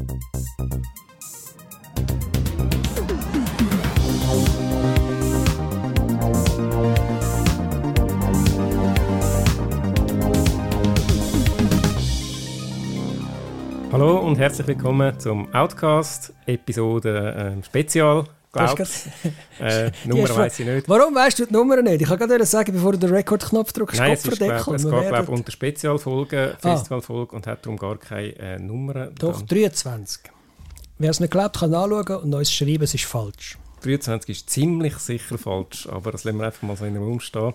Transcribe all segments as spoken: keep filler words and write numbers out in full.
Hallo und herzlich willkommen zum Outcast, Episode äh, Spezial, glaube ich. Äh, Nummer weiss ich nicht. Warum weißt du die Nummer nicht? Ich kann gerade sagen, bevor du den Rekordknopf drückst, Nein, es, ist, glaub, es geht glaube ich unter Spezialfolgen, Festivalfolge ah. und hat darum gar keine äh, Nummer. Doch, dann. dreiundzwanzig. Wer es nicht glaubt, kann anschauen und uns schreiben, es ist falsch. dreiundzwanzig ist ziemlich sicher falsch, aber das lassen wir einfach mal so in den Raum stehen.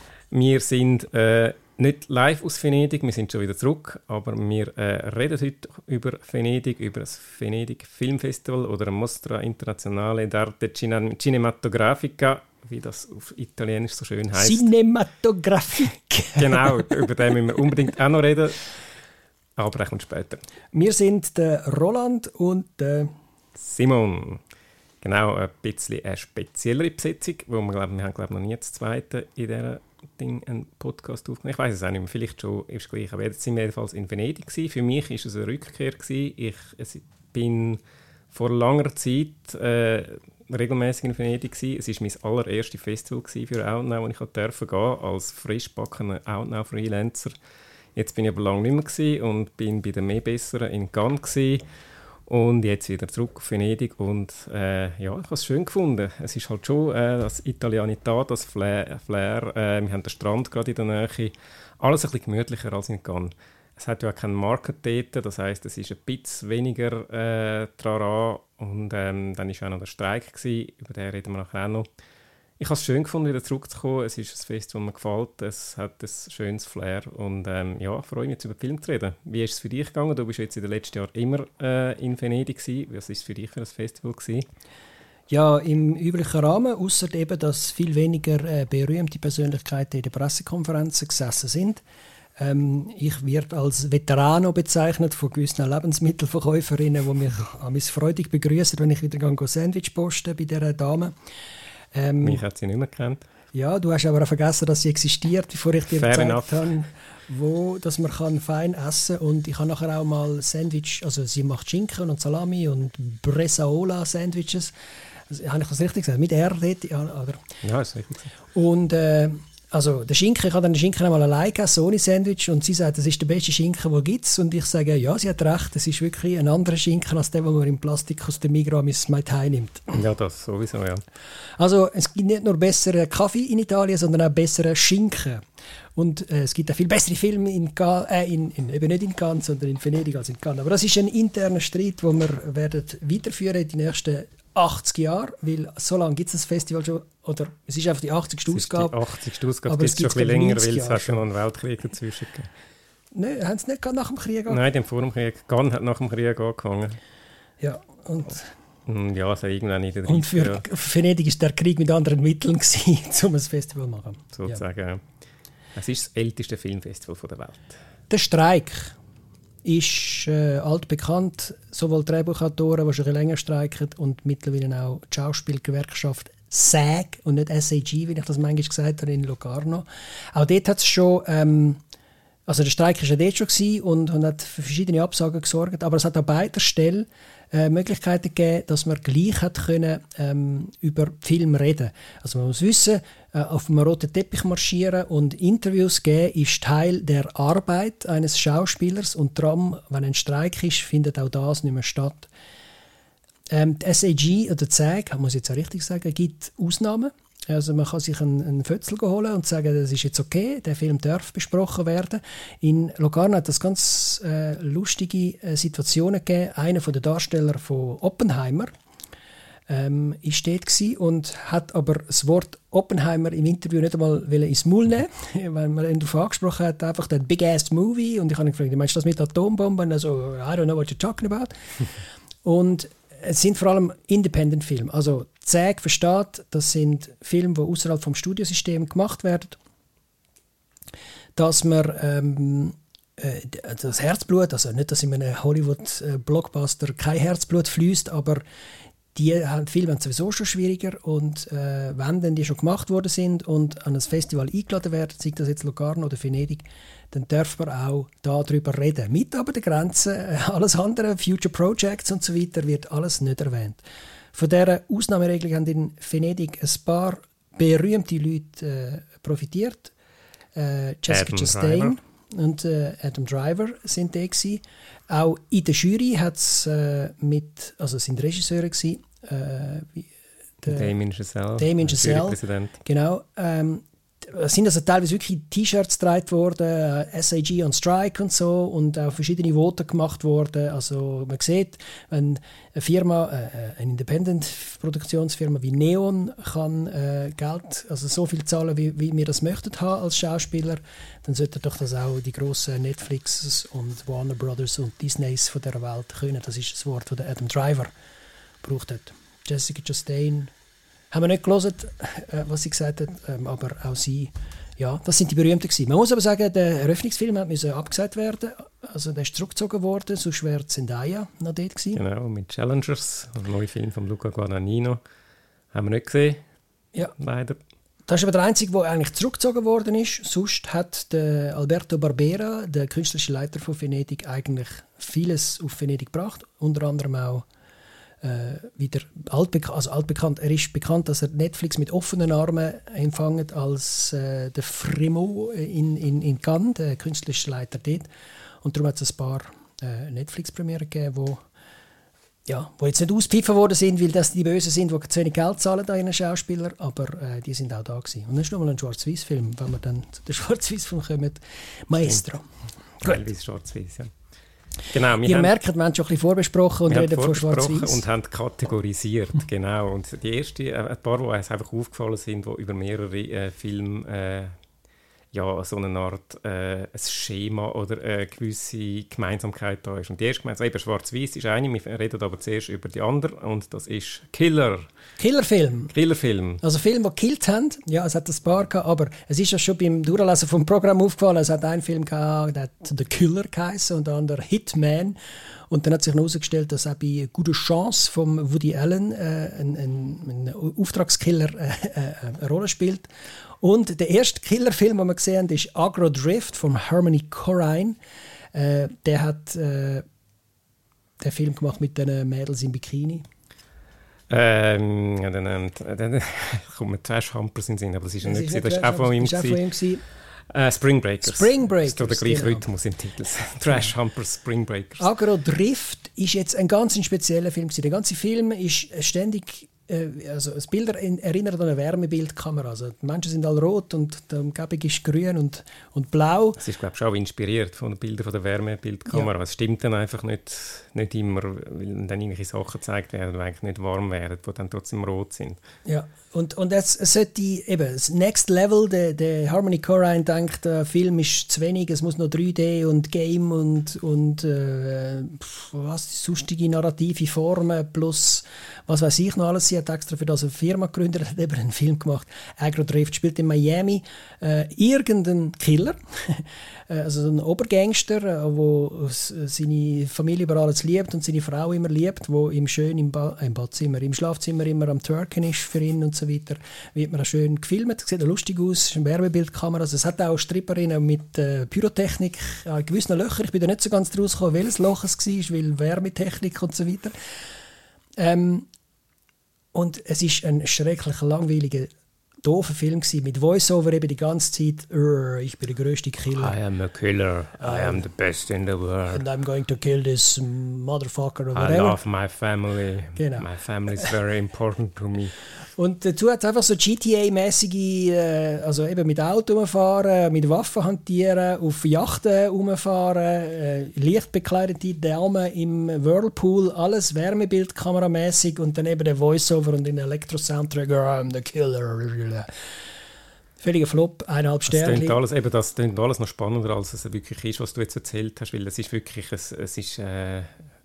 Wir sind äh, nicht live aus Venedig, wir sind schon wieder zurück, aber wir äh, reden heute über Venedig, über das Venedig Filmfestival oder Mostra Internazionale d'Arte Cinematografica, wie das auf Italienisch so schön heisst. Cinematografica. Genau, über den müssen wir unbedingt auch noch reden, aber das kommt später. Wir sind der Roland und der Simon. Genau, ein bisschen eine speziellere Besetzung, wo wir, glaub, wir haben glaube noch nie das zweite in dieser Ding einen Podcast aufgenommen. Ich weiß es auch nicht mehr, vielleicht schon ist es gleich. Aber jetzt sind wir jedenfalls in Venedig gewesen. Für mich war es eine Rückkehr gewesen. Ich es, bin vor langer Zeit äh, regelmäßig in Venedig gewesen. Es war mein allererstes Festival für Outnow, wo ich durfte gehen als frischbackener Outnow-Freelancer. Jetzt bin ich aber lange nicht mehr gewesen und bin bei den mehr Besseren in Cannes gewesen. Und jetzt wieder zurück auf Venedig und äh, ja, ich habe es schön gefunden. Es ist halt schon äh, das Italianität, das Flair. Flair. Äh, wir haben den Strand gerade in der Nähe. Alles ein bisschen gemütlicher als in Cannes. Es hat ja auch keinen Market dort, das heisst, es ist ein bisschen weniger äh, Trara. Und ähm, dann war auch noch der Streik gewesen, über den reden wir nachher auch noch. Ich habe es schön gefunden, wieder zurückzukommen. Es ist ein Fest, das mir gefällt. Es hat ein schönes Flair. Und ähm, ja, ich freue mich, jetzt über den Film zu reden. Wie ist es für dich gegangen? Du bist jetzt in den letzten Jahren immer äh, in Venedig gewesen. Was war es für dich für ein Festival gewesen? Ja, im üblichen Rahmen, ausser eben, dass viel weniger äh, berühmte Persönlichkeiten in den Pressekonferenzen gesessen sind. Ähm, ich werde als Veterano bezeichnet von gewissen Lebensmittelverkäuferinnen, die mich an mich freudig begrüßen, wenn ich wieder gehe, Sandwich posten bei dieser Dame. Ähm, Mich hat sie nicht mehr gekannt. Ja, du hast aber auch vergessen, dass sie existiert, bevor ich dir Fair gezeigt enough. habe, wo dass man kann fein essen kann. Und ich habe nachher auch mal Sandwich, also sie macht Schinken und Salami und Bresaola-Sandwiches. Also, habe ich das richtig gesagt? Mit R dort? Ja, oder? Ja, ist richtig. Und äh, also der Schinken, ich habe dann den Schinken einmal allein gegessen, ohne Sandwich, und sie sagt, das ist der beste Schinken, den es gibt. Und ich sage, ja, sie hat recht, es ist wirklich ein anderer Schinken als der, den man im Plastik aus dem Migros mit heimnimmt. Ja, das sowieso, ja. Also es gibt nicht nur besseren Kaffee in Italien, sondern auch besseren Schinken. Und äh, es gibt auch viel bessere Filme in, äh, in, in eben nicht in Cannes, sondern in Venedig als in Cannes. Aber das ist ein interner Streit, den wir werden weiterführen in die nächsten achtzig Jahre, weil so lange gibt es das Festival schon, oder es ist einfach die achtzigste Ausgabe. Die achtzigste Ausgabe gibt es schon ein bisschen länger, weil es hat schon einen Weltkrieg dazwischen gegeben. Nein, haben sie nicht gerade nach dem Krieg angefangen? Nein, die haben vor dem Krieg. Cannes hat nach dem Krieg angefangen. Ja, und... Ja, also irgendwann in der Und für, ja. für Venedig war der Krieg mit anderen Mitteln gewesen, um ein Festival zu machen. Sozusagen, ja. Es ist das älteste Filmfestival der Welt. Der Streik ist äh, altbekannt, sowohl die Drehbuchautoren, die schon ein länger streiken, und mittlerweile auch die Schauspielgewerkschaft S A G und nicht S A G, wie ich das manchmal gesagt habe, in Locarno. Auch dort hat es schon, ähm, also der Streik war ja dort schon gewesen und, und hat für verschiedene Absagen gesorgt, aber es hat an beiden Stellen äh, Möglichkeiten gegeben, dass man gleich hat können, ähm, über Film reden. Also man muss wissen, äh, auf einem roten Teppich marschieren und Interviews geben ist Teil der Arbeit eines Schauspielers, und darum, wenn ein Streik ist, findet auch das nicht mehr statt. Ähm, die S A G oder die S A G, muss ich jetzt auch richtig sagen, gibt Ausnahmen. Also man kann sich einen, einen Fötzel holen und sagen, das ist jetzt okay, der Film darf besprochen werden. In Locarno hat es ganz äh, lustige äh, Situationen gegeben. Einer der Darsteller von Oppenheimer ähm, ist dort gewesen und hat aber das Wort Oppenheimer im Interview nicht einmal ins Maul nehmen, weil man ihn darauf angesprochen hat, einfach den Big-Ass Movie. Und ich habe ihn gefragt, meinst du das mit Atombomben? Also, I don't know what you're talking about. Und es sind vor allem Independent-Filme. Also die S A G versteht, das sind Filme, die außerhalb vom Studiosystem gemacht werden, dass man ähm, äh, das Herzblut, also nicht, dass in einem Hollywood-Blockbuster kein Herzblut fließt, aber die Filme haben sowieso schon schwieriger und äh, wenn dann die schon gemacht worden sind und an ein Festival eingeladen werden, sei das jetzt Locarno oder Venedig, dann darf man auch darüber reden. Mit aber der Grenze, äh, alles andere, Future Projects und so weiter, wird alles nicht erwähnt. Von dieser Ausnahmeregelung haben in Venedig ein paar berühmte Leute äh, profitiert. Äh, Jessica Adam Chastain Driver. und äh, Adam Driver sind da gewesen. Auch in der Jury hat's, äh, mit, also sind Regisseure gewesen, äh, wie, der Damien Chazelle. Damien der Chazelle. Jurypräsident. Genau. Ähm, es sind also teilweise wirklich T-Shirts getragen worden, äh, S A G on Strike und so, und auch verschiedene Voten gemacht worden. Also man sieht, wenn eine Firma, äh, eine Independent-Produktionsfirma wie Neon kann äh, Geld, also so viel zahlen, wie, wie wir das möchten haben als Schauspieler, dann sollten doch das auch die grossen Netflixes und Warner Brothers und Disneys von dieser Welt können. Das ist das Wort, das Adam Driver gebraucht hat. Jessica Chastain haben wir nicht gelesen, äh, was sie gesagt hat, ähm, aber auch sie, ja, das sind die berühmten gewesen. Man muss aber sagen, der Eröffnungsfilm hat müssen abgesagt werden, also der ist zurückgezogen worden, sonst wäre Zendaya noch dort gewesen. Genau, mit Challengers, ein neuer Film von Luca Guadagnino. Haben wir nicht gesehen, Ja. leider. Das ist aber der einzige, der eigentlich zurückgezogen worden ist. Sonst hat der Alberto Barbera, der künstlerische Leiter von Venedig, eigentlich vieles auf Venedig gebracht, unter anderem auch Äh, wieder altbekannt, also altbekannt. Er ist bekannt, dass er Netflix mit offenen Armen empfängt als äh, der Frimo in, in, in Cannes, der künstlerische Leiter dort. Und darum hat es ein paar äh, Netflix-Premieren gegeben, wo, ja, wo jetzt nicht auspfiffen worden sind, weil das die Bösen sind, die zu wenig Geld zahlen an ihren Schauspieler, aber äh, die sind auch da gewesen. Und dann ist nochmal ein Schwarz-Weiß-Film, wenn wir dann zu den Schwarz-Weiß-Film kommen. Maestro. Teilweise schwarz-weiß, ja. Genau, wir Ihr haben, merkt, wir haben schon ein bisschen vorbesprochen und wir reden haben von vorbesprochen Schwarz-Weiß. und haben kategorisiert, genau. Und die erste, äh, ein paar, die uns einfach aufgefallen sind, die über mehrere äh, Filme äh, ja, so eine Art äh, ein Schema oder eine gewisse Gemeinsamkeit da ist. Und die erste Gemeinsamkeit, eben Schwarz-Weiß ist eine, wir reden aber zuerst über die andere, und das ist Killer. Killerfilm. Killerfilm. Also Filme, die gekillt haben. Ja, es hat ein paar gehabt, aber es ist ja schon beim Durchlesen vom Programm aufgefallen, es hat einen Film gehabt, der hat «The Killer» geheißen und der andere «Hitman». Und dann hat sich herausgestellt, dass auch bei «Gute Chance» von Woody Allen äh, ein, ein, ein Auftragskiller äh, äh, eine Rolle spielt. Und der erste Killerfilm, den wir gesehen haben, ist «Agro Drift» von Harmony Korine. Äh, der hat äh, den Film gemacht mit den Mädels im Bikini. Ähm, ja, dann, dann, dann kommt mir Trash Humpers in den Sinn, aber das ist ja nicht, das ist auch von ihm. Das ist auch von ihm gewesen. Äh, Spring Breakers. Spring Breakers, Das ist der gleiche genau. Rhythmus im Titel. Trash Humpers, Spring Breakers. Agro Drift ist jetzt ein ganz spezieller Film gewesen. Der ganze Film ist ständig, äh, also das Bild erinnert an eine Wärmebildkamera. Also die Menschen sind alle rot und die Umgebung ist grün und, und blau. Das ist, glaube ich, auch inspiriert von den Bildern von der Wärmebildkamera. Ja. Es stimmt dann einfach nicht, nicht immer, weil dann irgendwelche Sachen gezeigt werden, die eigentlich nicht warm werden, die dann trotzdem rot sind. Ja, und, und es, es sollte eben das Next Level, der, der Harmony Korine denkt, der Film ist zu wenig, es muss noch drei D und Game und, und äh, was, sonstige narrative Formen plus was weiß ich noch alles. Sie hat extra für das eine Firma gegründet, hat eben einen Film gemacht. Agro Drift spielt in Miami äh, irgendein Killer, also so ein Obergangster, der seine Familie über alles liebt und seine Frau immer liebt, wo ihm schön im, ba- im Badzimmer, im Schlafzimmer immer am Twerken ist für ihn und so weiter. Wird man auch schön gefilmt, sieht auch lustig aus, es ist eine Wärmebildkamera. Also es hat auch Stripperinnen mit äh, Pyrotechnik an gewissen Löchern. Ich bin da nicht so ganz draus gekommen, welches Loch es war, weil Wärmetechnik und so weiter. Ähm, und es ist ein schrecklich langweiliger, doofer Film gewesen, mit Voice-Over eben die ganze Zeit, ich bin der grösste Killer. I am a killer. I am the best in the world. And I'm going to kill this motherfucker or I whatever. love my family. Genau. My family is very important to me. Und dazu hat es einfach so G T A-mäßige, äh, also eben mit Auto rumfahren, mit Waffen hantieren, auf Yachten rumfahren, äh, leicht bekleidete Damen im Whirlpool, alles Wärmebildkameramäßig und dann eben der Voice-Over und den Elektro-Soundtrack, I'm the killer. Völliger Flop, eineinhalb Das klingt Sterne. alles, eben, das klingt alles noch spannender, als es wirklich ist, was du jetzt erzählt hast, weil es ist wirklich, es, es ist... Äh,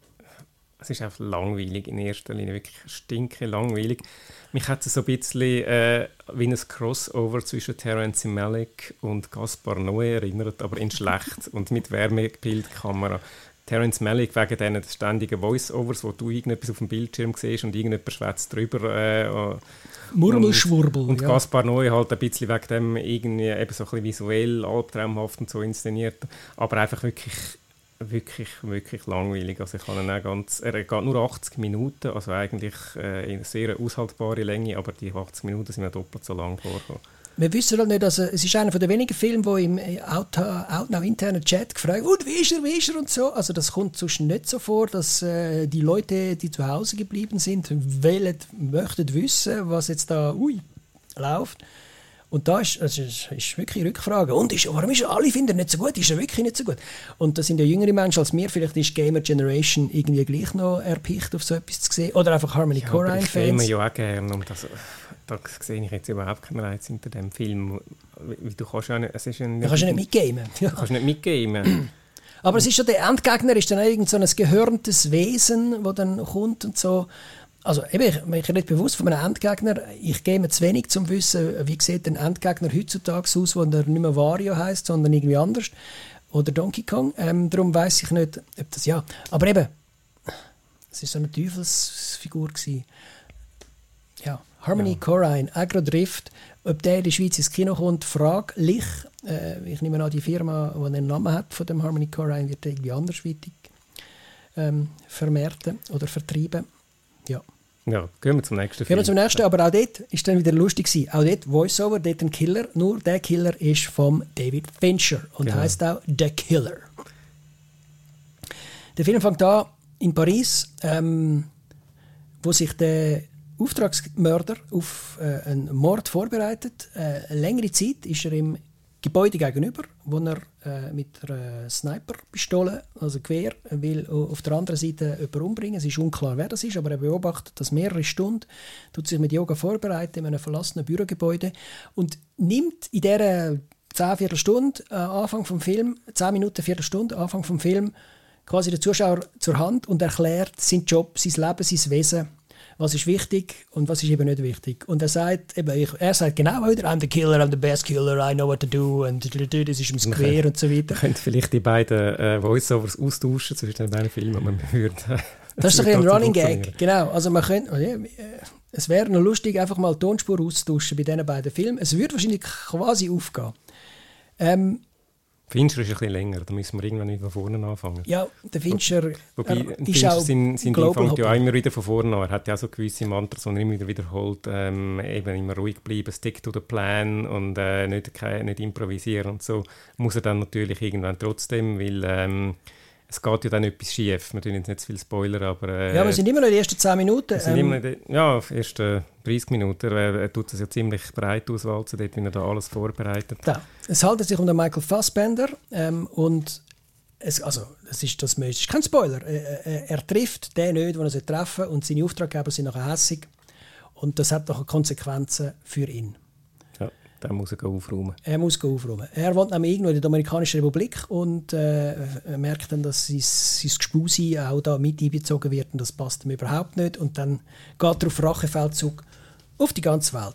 Es ist einfach langweilig in erster Linie, wirklich stinke langweilig. Mich hat es so ein bisschen äh, wie ein Crossover zwischen Terence Malick und Gaspar Noé erinnert, aber in schlecht und mit Wärmebildkamera. Terrence Malick wegen diesen ständigen Voice-Overs, wo du irgendetwas auf dem Bildschirm siehst und irgendjemand schwätzt drüber. Äh, Murmelschwurbel. Und, und ja. Gaspar Noé halt ein bisschen wegen dem irgendwie eben so ein bisschen visuell, albtraumhaft und so inszeniert. Aber einfach wirklich, wirklich, wirklich langweilig. Also ich kann ihn auch ganz, er geht nur achtzig Minuten, also eigentlich äh, in eine sehr aushaltbare Länge, aber die achtzig Minuten sind mir doppelt so lang vorgekommen. Wir wissen halt nicht, also es ist einer der wenigen Filme, wo im Outnow-internen Chat gefragt wird, wie ist er, wie ist er und so. Also das kommt sonst nicht so vor, dass äh, die Leute, die zu Hause geblieben sind, wollen, möchten wissen, was jetzt da ui, läuft. Und da ist, also ist, ist wirklich Rückfrage. Und ist, warum ist er, alle finden er nicht so gut? Ist er wirklich nicht so gut? Und das sind ja jüngere Menschen als mir. Vielleicht ist Gamer Generation irgendwie gleich noch erpicht, auf so etwas zu sehen. Oder einfach Harmony ja, Korine-Fans. Ich game ja auch gerne. Und das, da sehe ich jetzt überhaupt keinen Reiz hinter dem Film. Du kannst ja nicht, es ist ein, du kannst ja nicht mitgamen. Du kannst nicht mitgamen. Aber es ist schon, der Endgegner ist dann irgend so ein gehörntes Wesen, das dann kommt und so. Also eben, ich bin nicht bewusst von einem Endgegner. Ich gehe mir zu wenig, um zu wissen, wie sieht ein Endgegner heutzutage aus, wo er nicht mehr Wario heisst, sondern irgendwie anders. Oder Donkey Kong. Ähm, darum weiss ich nicht, ob das ja. Aber eben, es war so eine Teufelsfigur gewesen. Ja, Harmony ja. Korine, Agro Drift. Ob der in der Schweiz ins Kino kommt, fraglich. Äh, ich nehme an, die Firma, die einen Namen hat von dem Harmony Korine, wird irgendwie andersweitig ähm, vermerken oder vertrieben. Ja. Ja, gehen wir zum nächsten Film. Gehen wir zum nächsten, aber auch dort war dann wieder lustig gewesen. Auch dort Voice-Over, dort ein Killer. Nur der Killer ist von David Fincher und genau. Heißt auch The Killer. Der Film fängt an in Paris, ähm, wo sich der Auftragsmörder auf äh, einen Mord vorbereitet. Äh, eine längere Zeit ist er im Gebäude gegenüber, wo er äh, mit einer Sniper-Pistole, also Gewehr, will auf der anderen Seite jemanden umbringen. Es ist unklar, wer das ist, aber er beobachtet das mehrere Stunden, tut sich mit Yoga vorbereiten in einem verlassenen Bürogebäude und nimmt in dieser zehn Viertelstunde, äh, Anfang vom Film, zehn Minuten, Viertelstunde, Anfang vom Film, quasi den Zuschauer zur Hand und erklärt seinen Job, sein Leben, sein Wesen. Was ist wichtig und was ist eben nicht wichtig. Und er sagt, eben, ich, er sagt genau wieder, I'm the killer, I'm the best killer, I know what to do, und das ist im Square und so weiter. Man könnte vielleicht die beiden äh, Voice-Overs austauschen zwischen den beiden Filmen, und man würde... Das ist doch ein Running Gag, genau. Also man könnte, oh ja, es wäre noch lustig, einfach mal die Tonspur auszutauschen bei diesen beiden Filmen. Es würde wahrscheinlich quasi aufgehen. Ähm, Fincher ist ein bisschen länger, da müssen wir irgendwann wieder von vorne anfangen. Ja, der Fincher Wobei, er, ist Fincher auch sein, sein Global Ding fängt ja Hopper. immer wieder von vorne an. Er hat ja auch so gewisse Mantras, die er immer wieder wiederholt. Ähm, eben immer ruhig bleiben, stick to the plan und äh, nicht, keine, nicht improvisieren und so. Muss er dann natürlich irgendwann trotzdem, weil ähm, es geht ja dann etwas schief. Wir tun jetzt nicht zu viel Spoiler, aber... Äh, ja, wir sind immer noch in den ersten zehn Minuten. sind ähm, immer die, ja, die ersten dreißig Minuten. Er, er tut es ja ziemlich breit auswalzen, dort, wie er da alles vorbereitet. Ja. Es handelt sich um den Michael Fassbender ähm, und es, also, das ist, das ist kein Spoiler. Er, er, er trifft den nicht, den er treffen soll, und seine Auftraggeber sind nachher hässig und das hat nachher Konsequenzen für ihn. Ja, der muss er aufräumen. Er muss aufräumen. Er wohnt nämlich irgendwo in der Dominikanischen Republik und äh, merkt dann, dass sein, sein Gespuse auch da mit einbezogen wird und das passt ihm überhaupt nicht und dann geht er auf Rachefeldzug auf die ganze Welt.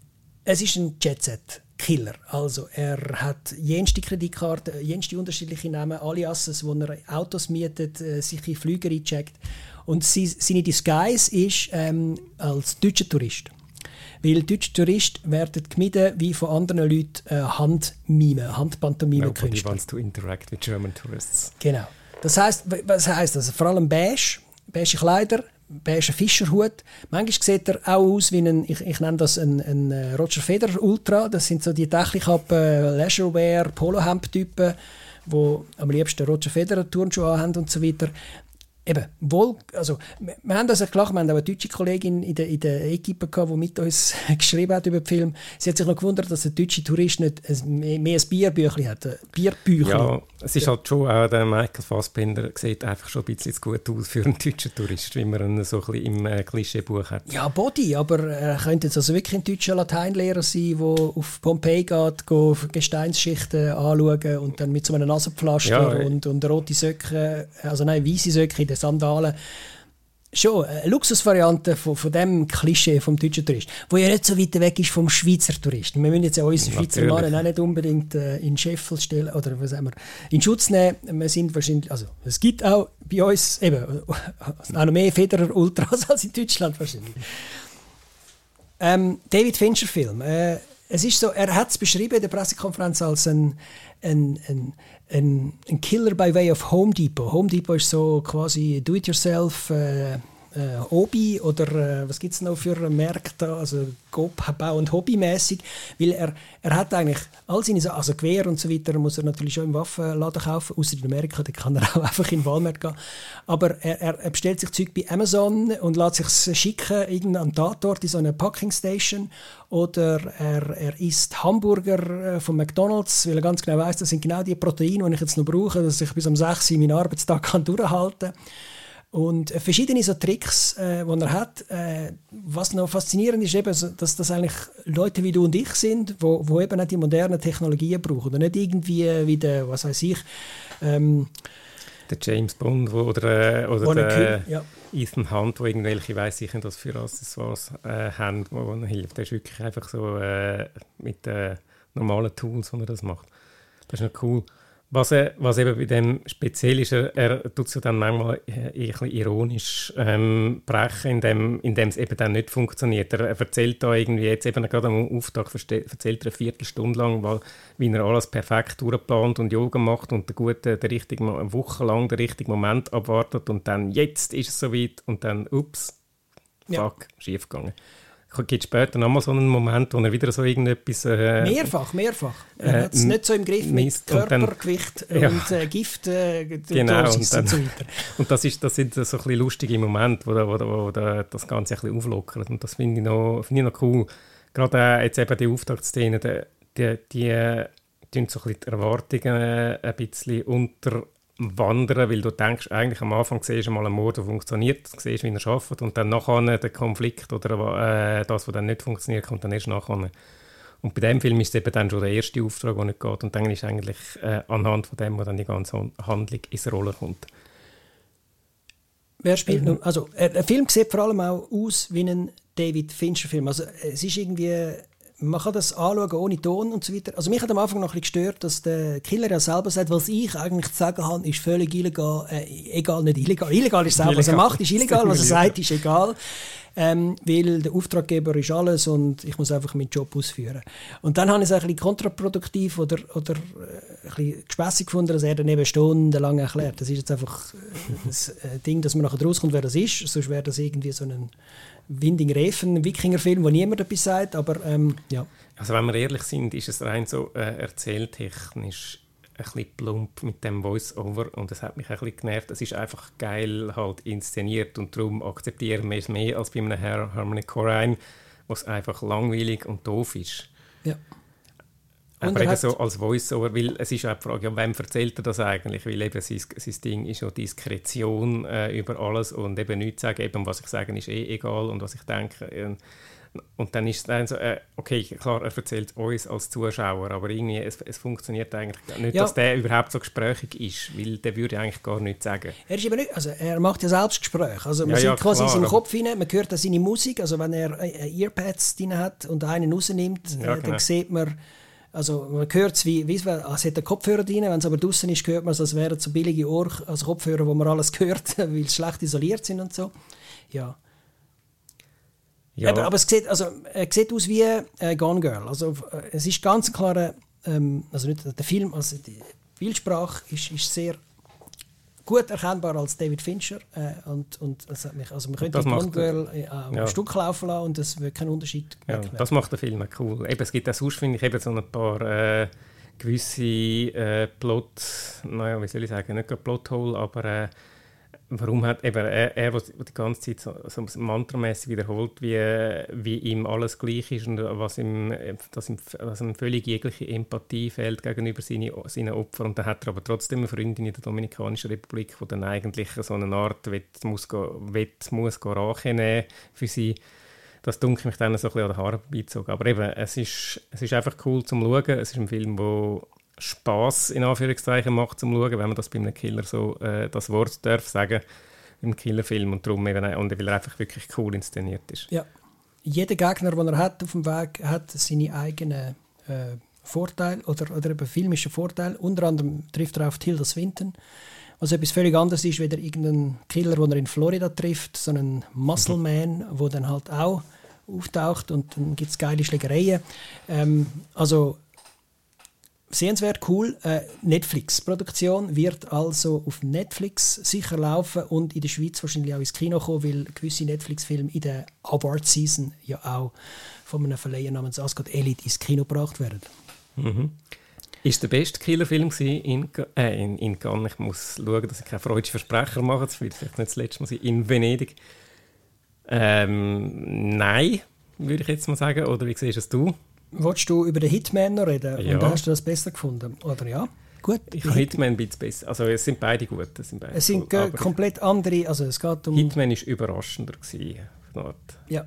Es ist ein Jet-Set-Killer. Also er hat jenste Kreditkarten, jenste unterschiedliche Namen, Aliases, wo er Autos mietet, äh, sich in Flüge eincheckt. Und sie, seine Disguise ist ähm, als deutscher Tourist. Weil deutsche Touristen werden gemieden wie von anderen Leuten äh, Handmime, Handpantomime-Künstler. Nobody wants to interact with German tourists. Genau. Das heisst, was heisst das? Vor allem beige, beige Kleider, beige Fischerhut. Manchmal sieht er auch aus wie ein, ich, ich nenne das ein, ein Roger Federer Ultra. Das sind so die Dächelkappen, Leisurewear, Polohemd-Typen, die am liebsten Roger Federer Turnschuhe haben und so weiter. Eben, wohl, also, wir, wir haben das erklärt, wir haben auch eine deutsche Kollegin in der, in der Equipe gehabt, die mit uns geschrieben hat über den Film. Sie hat sich noch gewundert, dass der deutsche Tourist nicht ein, mehr ein Bierbüchlein hat. Ein Bierbüchlein. Ja, es ist halt schon auch, der Michael Fassbender sieht einfach schon ein bisschen zu gut aus für einen deutschen Tourist, wie man ihn so ein bisschen im äh, Klischeebuch hat. Ja, Body, aber er könnte jetzt also wirklich ein deutscher Lateinlehrer sein, der auf Pompeji geht, geht Gesteinsschichten anschauen und dann mit so einem Nasenpflaster ja, und, und rote Söcke, also nein, weisse Söcke in den Sandalen. schon eine Luxusvariante von, von dem Klischee vom deutschen Tourist, wo ja nicht so weit weg ist vom Schweizer Touristen. Wir müssen jetzt ja unsere Schweizer Mannen auch nicht unbedingt äh, in Scheffel stellen oder was sagen wir, in Schutz nehmen. Wir sind wahrscheinlich, also es gibt auch bei uns eben auch noch mehr Federer-Ultras als in Deutschland wahrscheinlich. Ähm, David Fincher-Film. Äh, es ist so, er hat es beschrieben in der Pressekonferenz als ein, ein, ein, ein, ein Killer by way of Home Depot. Home Depot ist so quasi do-it-yourself äh, äh, Hobby oder äh, was gibt es noch für Märkte, also Bau- und Hobbymäßig, weil er, er hat eigentlich all seine Sachen, also Gewehr und so weiter, muss er natürlich schon im Waffenladen kaufen, außer in Amerika, da kann er auch einfach in den Walmart gehen, aber er, er, er bestellt sich Zeug bei Amazon und lässt sich schicken irgendeinen Tatort in so eine Packing Station oder er, er isst Hamburger von McDonald's, weil er ganz genau weiss, das sind genau die Proteine, die ich jetzt noch brauche, dass ich bis um sechs Uhr meinen Arbeitstag kann durchhalten kann. Und äh, verschiedene so Tricks, äh, die er hat. Äh, was noch faszinierend ist, eben, dass das eigentlich Leute wie du und ich sind, wo, wo eben nicht die modernen Technologien brauchen. Oder nicht irgendwie wie der, was weiß ich, ähm, der James Bond wo, oder, äh, oder der Kühl, ja. Ethan Hunt, wo irgendwelche, weiss ich nicht, was für Accessoires äh, haben, wo, wo hilft. Der ist wirklich einfach so äh, mit äh, normalen Tools, wo er das macht. Das ist noch cool. Was, äh, was eben bei dem speziell ist, er, er tut es ja dann manchmal äh, ein bisschen ironisch ähm, brechen, indem, indem es eben dann nicht funktioniert. Er, er erzählt da irgendwie, jetzt eben gerade am Auftakt, erzählt er eine Viertelstunde lang, weil, wie er alles perfekt durchplant und Yoga macht und der gute, der richtige, eine Woche lang den richtigen Moment abwartet und dann, jetzt ist es soweit und dann, ups, fuck, ja. Schief gegangen. Es gibt später noch mal so einen Moment, wo er wieder so irgendetwas... Äh, mehrfach, mehrfach. Er hat es äh, nicht so im Griff mit Körpergewicht und, dann, und äh, Gift, äh, genau, und, dann, und so weiter. Und das, ist, das sind so ein bisschen lustige Momente, wo, wo, wo, wo das Ganze ein bisschen auflockert. Und das finde ich, noch, find ich noch cool. Gerade äh, jetzt eben die Auftaktszene, die, die, die, die so ein bisschen die Erwartungen ein bisschen unter... wandern, weil du denkst, eigentlich am Anfang siehst du mal einen Mord, der funktioniert, du siehst, wie er arbeitet und dann nachher der Konflikt oder äh, das, was dann nicht funktioniert, kommt dann erst nachher. Und bei dem Film ist es eben dann schon der erste Auftrag, der nicht geht und dann ist eigentlich äh, anhand von dem, wo dann die ganze Handlung ins Rollen kommt. Wer spielt mhm. nun? Also, der Film sieht vor allem auch aus wie ein David Fincher-Film. Also, es ist irgendwie... Man kann das anschauen ohne Ton und so weiter. Also mich hat am Anfang noch ein bisschen gestört, dass der Killer ja selber sagt, was ich eigentlich zu sagen habe, ist völlig illegal. Äh, egal, nicht illegal. Illegal ist selber, was er macht, ist illegal. Was er sagt, ist egal. Ähm, weil der Auftraggeber ist alles und ich muss einfach meinen Job ausführen. Und dann habe ich es ein bisschen kontraproduktiv oder, oder äh, ein bisschen gespässig gefunden, dass er dann eben stundenlang erklärt. Das ist jetzt einfach das äh, Ding, dass man nachher rauskommt, wer das ist. Sonst wäre das irgendwie so ein Winding Refn, Wikinger-Film, wo niemand etwas sagt, aber ähm, ja. Also wenn wir ehrlich sind, ist es rein so äh, erzähltechnisch ein bisschen plump mit dem Voice-Over und das hat mich ein bisschen genervt. Es ist einfach geil halt inszeniert und darum akzeptieren wir es mehr als bei einem Harmony Korine, wo es einfach langweilig und doof ist. Ja. Aber eben so als Voice-Over, weil es ist auch die Frage, ja, wem erzählt er das eigentlich? Weil eben sein, sein Ding ist ja Diskretion äh, über alles und eben nichts sagen, eben was ich sage ist eh egal und was ich denke. Äh, und dann ist es dann so, äh, okay, klar, er erzählt uns als Zuschauer, aber irgendwie, es, es funktioniert eigentlich nicht, ja. dass der überhaupt so gesprächig ist, weil der würde eigentlich gar nichts sagen. Er ist eben nicht, also er macht ja Selbstgespräche, also man ja, sieht ja, quasi klar, in seinem Kopf hinein, man hört seine Musik, also wenn er äh, Earpads drin hat und einen rausnimmt, ja, äh, genau. dann sieht man, also man hört es, wie, wie es, es hat einen Kopfhörer drin, wenn es aber draußen ist, hört man es, als wären so billige Ohr, also Kopfhörer, wo man alles hört, weil sie schlecht isoliert sind und so. Ja. Ja. Aber, aber es sieht, also, er sieht aus wie äh, Gone Girl. Also, äh, es ist ganz klar, ähm, also nicht der Film, also die Bildsprache ist, ist sehr gut erkennbar als David Fincher. Äh, und, und das hat mich, also man könnte Gone Girl äh, am ja. Stück laufen lassen und es wird keinen Unterschied ja, merken. Das macht den Film auch cool. Eben, es gibt auch sonst, finde ich, eben so ein paar äh, gewisse äh, Plot, naja, wie soll ich sagen, nicht gerade Plothole, aber äh, warum hat eben er, er was die ganze Zeit so, so mantramäßig wiederholt, wie, wie ihm alles gleich ist und was ihm, dass ihm, dass ihm völlig jegliche Empathie fehlt gegenüber seine, seinen Opfern. Und dann hat er aber trotzdem eine Freundin in der Dominikanischen Republik, die dann eigentlich so eine Art wett, muss, wett, muss Rache nehmen für sie. Das dunkelt mich dann so ein bisschen an den Haaren beizogen. Aber eben, es ist, es ist einfach cool zum Schauen. Es ist ein Film, der Spass in Anführungszeichen macht zum Schauen, wenn man das bei einem Killer so äh, das Wort darf sagen. im Killerfilm und darum eben, und weil er einfach wirklich cool inszeniert ist. Ja. Jeder Gegner, den er hat auf dem Weg, hat seine eigenen äh, Vorteile oder, oder eben filmische Vorteile. Unter anderem trifft er auf Tilda Swinton, was etwas völlig anderes ist, als irgendein Killer, den er in Florida trifft, so einen Muscle Man, der dann halt auch auftaucht und dann gibt es geile Schlägereien. Ähm, also sehenswert, cool. Äh, Netflix-Produktion wird also auf Netflix sicher laufen und in der Schweiz wahrscheinlich auch ins Kino kommen, weil gewisse Netflix-Filme in der Award-Season ja auch von einem Verleiher namens Ascot Elite ins Kino gebracht werden. Mhm. Ist der beste Killerfilm in, äh, in, in Cannes? Ich muss schauen, dass ich keine freudischen Versprecher mache. Das wird vielleicht nicht das letzte Mal sein. In Venedig. Ähm, nein, würde ich jetzt mal sagen. Oder wie siehst es du? Wolltest du über den Hitman noch reden? Ja. Und hast du das besser gefunden? Oder ja? Gut. Ich habe Hitman ein bisschen besser. Also es sind beide gut. Es sind, beide es sind cool, komplett andere. Also es geht um Hitman war überraschender gewesen. Ja.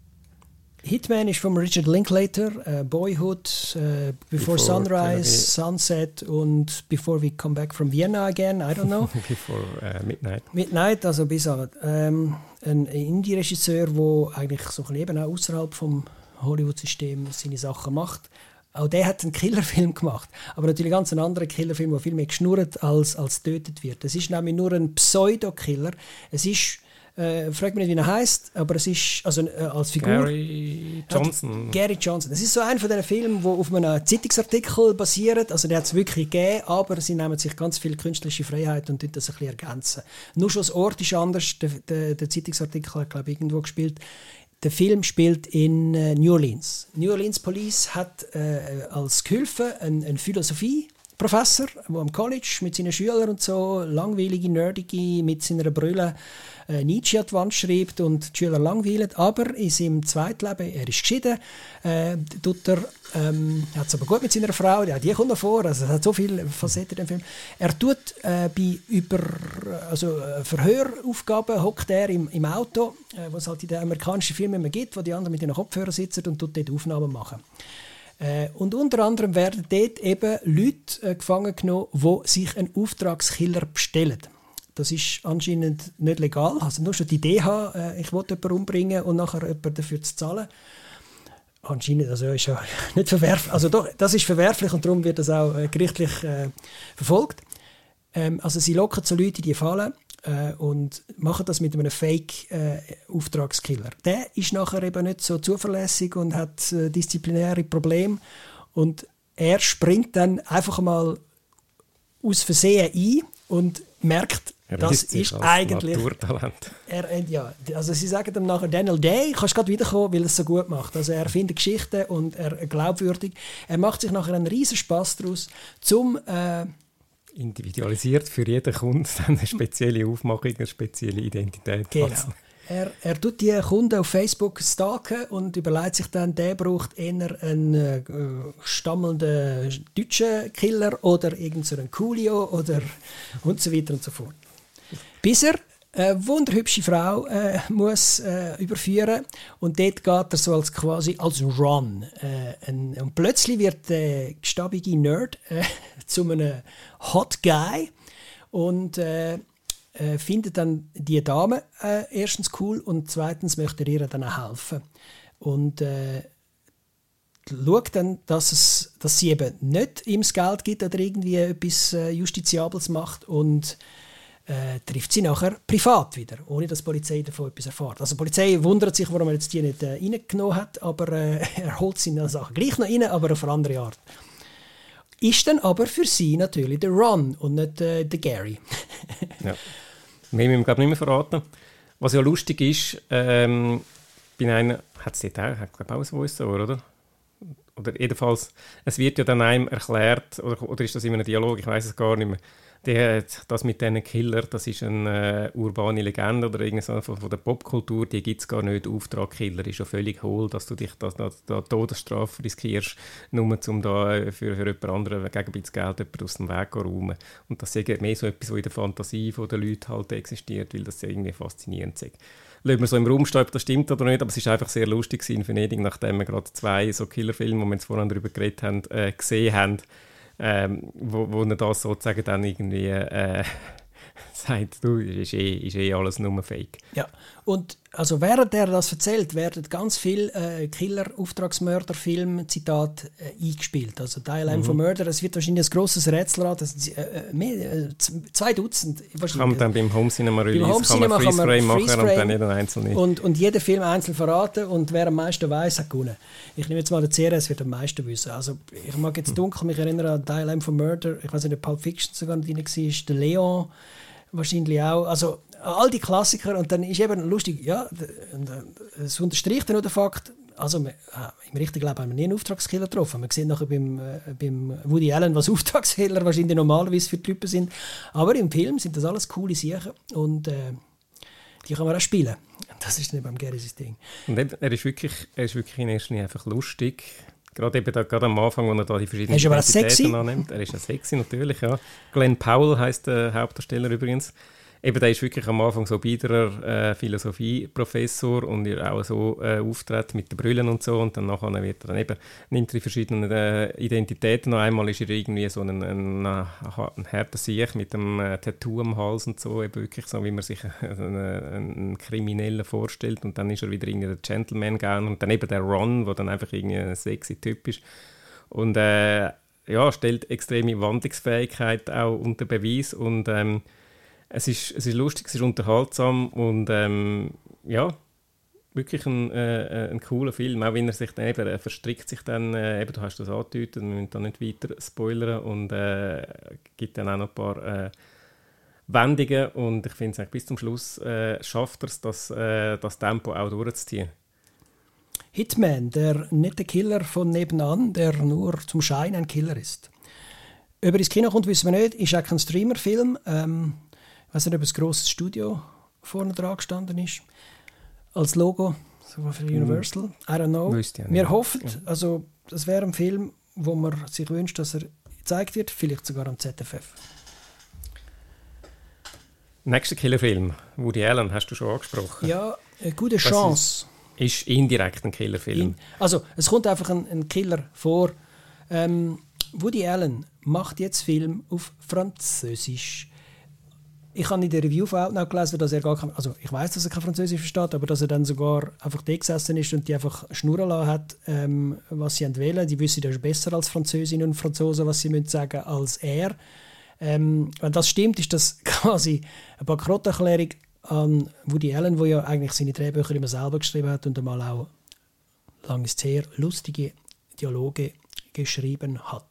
Hitman ist von Richard Linklater, uh, Boyhood, uh, Before, Before Sunrise, Sunset und Before We Come Back from Vienna Again, I don't know. Before uh, Midnight. Midnight, also bis an ähm, ein Indie-Regisseur, der eigentlich so ein bisschen auch außerhalb vom Hollywood-System seine Sachen macht. Auch der hat einen Killerfilm gemacht, aber natürlich ganz einen anderen Killerfilm, der viel mehr geschnurrt als, als getötet wird. Es ist nämlich nur ein Pseudo-Killer. Es ist Äh, frag mich nicht, wie er heisst, aber es ist also, äh, als Figur. Gary Johnson. Äh, Gary Johnson. Das ist so einer von diesen Filmen, der auf einem Zeitungsartikel basiert. Also der hat es wirklich gegeben, aber sie nehmen sich ganz viel künstlerische Freiheit und das ein bisschen ergänzen. Nur schon das Ort ist anders. Der, der, der Zeitungsartikel hat, glaube ich, irgendwo gespielt. Der Film spielt in äh, New Orleans. New Orleans Police hat äh, als Gehilfe einen, einen Philosophie-Professor, der am College mit seinen Schülern und so langweilige, nerdige, mit seiner Brille äh, Nietzsche an die Wand schreibt und die Schüler langweilen. Aber in seinem Zweitleben, er ist geschieden, äh, tut er, ähm, hat es aber gut mit seiner Frau, ja, die kommt noch vor, also es hat so viele Facetten im Film. Er tut äh, bei über, also, äh, Verhöraufgaben, hockt er im, im Auto, äh, was halt in den amerikanischen Filmen immer gibt, wo die anderen mit den Kopfhörern sitzen und tut dort Aufnahmen machen. Äh, und unter anderem werden dort eben Leute äh, gefangen genommen, die sich einen Auftragskiller bestellen. Das ist anscheinend nicht legal. Also nur schon die Idee haben, äh, ich will jemanden umbringen und nachher jemanden dafür zu zahlen. Anscheinend, also ist ja nicht verwerflich. Also doch, das ist verwerflich und darum wird das auch äh, gerichtlich äh, verfolgt. Ähm, also sie locken so Leute in die Falle äh, und machen das mit einem Fake-Auftragskiller. Äh, Der ist nachher eben nicht so zuverlässig und hat äh, disziplinäre Probleme und er springt dann einfach mal aus Versehen ein und merkt, er das ist eigentlich Naturtalent. Er, ja, also sie sagen ihm nachher, Daniel Day, kannst gerade wiederkommen, weil er es so gut macht. Also er findet Geschichten und er glaubwürdig. Er macht sich nachher einen riesen Spass daraus, zum äh, individualisiert für jeden Kunden eine spezielle Aufmachung, eine spezielle Identität. Genau. Er, er tut die Kunden auf Facebook stalken und überlegt sich dann, der braucht eher einen äh, stammelnden deutschen Killer oder irgendeinen Coolio oder und so weiter und so fort. Bis er eine wunderhübsche Frau äh, muss äh, überführen und dort geht er so als quasi als Run. Äh, ein, und plötzlich wird der gestabige Nerd äh, zu einem Hot Guy und äh, äh, findet dann die Dame äh, erstens cool und zweitens möchte er ihr dann auch helfen. Und äh, schaut dann, dass, es, dass sie eben nicht ihm das Geld gibt oder irgendwie etwas äh, Justiziables macht und Äh, trifft sie nachher privat wieder, ohne dass die Polizei davon etwas erfährt. Also die Polizei wundert sich, warum er jetzt die nicht äh, reingenommen hat, aber äh, er holt sie in der Sache gleich noch rein, aber auf eine andere Art. Ist dann aber für sie natürlich der Ron und nicht äh, der Gary. Ja. Mehr müssen wir glaube ich nicht mehr verraten. Was ja lustig ist, ähm, bei einem, hat es dort auch, hat, glaube auch ein Voice-Over, oder? Oder jedenfalls, es wird ja dann einem erklärt, oder, oder ist das in einem Dialog, ich weiß es gar nicht mehr, Der, das mit diesen Killer, das ist eine äh, urbane Legende oder irgendwas von, von der Popkultur, die gibt es gar nicht. Auftragkiller ist ja völlig hohl, dass du dich da, da, da Todesstrafe riskierst, nur um da für, für jemand anderen gegen ein bisschen Geld jemand aus dem Weg zu räumen. Und das ist mehr so etwas, was in der Fantasie der Leute halt existiert, weil das irgendwie faszinierend ist. Lassen wir so im Raum stehen, ob das stimmt oder nicht, aber es war einfach sehr lustig in Venedig, nachdem wir gerade zwei so Killerfilme, wo wir jetzt vorhin darüber geredet haben, äh, gesehen haben, Ähm, wo, wo er das sozusagen dann irgendwie äh, sagt, du, ist eh, ist eh alles nur Fake. Ja, und also während er das erzählt, werden ganz viele äh, Killer-Auftragsmörder-Film-Zitate äh, eingespielt. Also Dial M Mhm. for Murder, es wird wahrscheinlich ein grosses Rätselrad, das sind, äh, mehr, äh, zwei Dutzend wahrscheinlich. Kann man dann beim Home Cinema Release Home kann man Cinema kann man Freeze-Frame machen Freeze und dann Frame jeden einzelnen. Und, und jeden Film einzeln verraten und wer am meisten weiß, hat gewonnen. Ich nehme jetzt mal den C R S, wird am meisten wissen. Also ich mag jetzt dunkel mich erinnern an Dial M for Murder, ich weiß nicht, ob Pulp Fiction sogar noch drin war, der Leon wahrscheinlich auch. Also all die Klassiker und dann ist eben lustig, ja, es unterstreicht nur den Fakt, also wir, im richtigen Leben haben wir nie einen Auftragskiller getroffen. Wir sehen nachher beim, äh, beim Woody Allen, was Auftragskiller wahrscheinlich normalerweise für die Typen sind. Aber im Film sind das alles coole Sachen und äh, die kann man auch spielen. Das ist nicht beim Gary sein Ding. Und eben, er ist wirklich, er ist wirklich in erster Linie einfach lustig. Gerade eben da, gerade am Anfang, wo er da die verschiedenen Er ist aber auch sexy. annimmt. Er ist ja sexy, natürlich, ja. Glenn Powell heisst der Hauptdarsteller übrigens. Eben, der ist wirklich am Anfang so biederer äh, Philosophieprofessor und er auch so äh, auftritt mit den Brüllen und so und dann nachher wird er dann eben, nimmt er die verschiedenen äh, Identitäten. Noch einmal ist er irgendwie so ein, ein, ein, ein harter Sieg mit einem äh, Tattoo am Hals und so, eben wirklich so, wie man sich einen, einen Kriminellen vorstellt und dann ist er wieder irgendwie der Gentleman gern und dann eben der Ron, der dann einfach irgendwie ein sexy Typ ist und äh, ja, stellt extreme Wandlungsfähigkeit auch unter Beweis und ähm, Es ist, es ist lustig, es ist unterhaltsam und ähm, ja, wirklich ein, äh, ein cooler Film. Auch wenn er sich dann eben, er verstrickt sich dann, äh, eben, du hast das angedeutet, wir müssen da nicht weiter spoilern und äh, gibt dann auch noch ein paar äh, Wendungen und ich finde es bis zum Schluss äh, schafft er es, das, äh, das Tempo auch durchzuziehen. Hitman, der nette Killer von nebenan, der nur zum Schein ein Killer ist. Ob er ins Kino kommt, wissen wir nicht, ist auch kein Streamer-Film. Ähm, Ich weiß nicht, ob ein grosses Studio vorne dran gestanden ist. Als Logo, so für Universal. I don't know. Ja Wir hoffen, also das wäre ein Film, wo man sich wünscht, dass er gezeigt wird, vielleicht sogar am Z F F. Nächster Killerfilm, Woody Allen, hast du schon angesprochen. Ja, eine gute Chance. Ist, ist indirekt ein Killerfilm. In, also, es kommt einfach ein, ein Killer vor. Ähm, Woody Allen macht jetzt Film auf Französisch. Ich habe in der Review von Outnow gelesen, dass er gar kein, also ich weiß, dass er kein Französisch versteht, aber dass er dann sogar einfach da gesessen ist und die einfach schnurren lassen hat, ähm, was sie wählen. Die wissen, das ist besser als Französinnen und Franzosen, was sie müssen sagen, als er. Ähm, wenn das stimmt, ist das quasi eine Bankrotterklärung an Woody Allen, der ja eigentlich seine Drehbücher immer selber geschrieben hat und einmal auch, lang ist es her, lustige Dialoge geschrieben hat.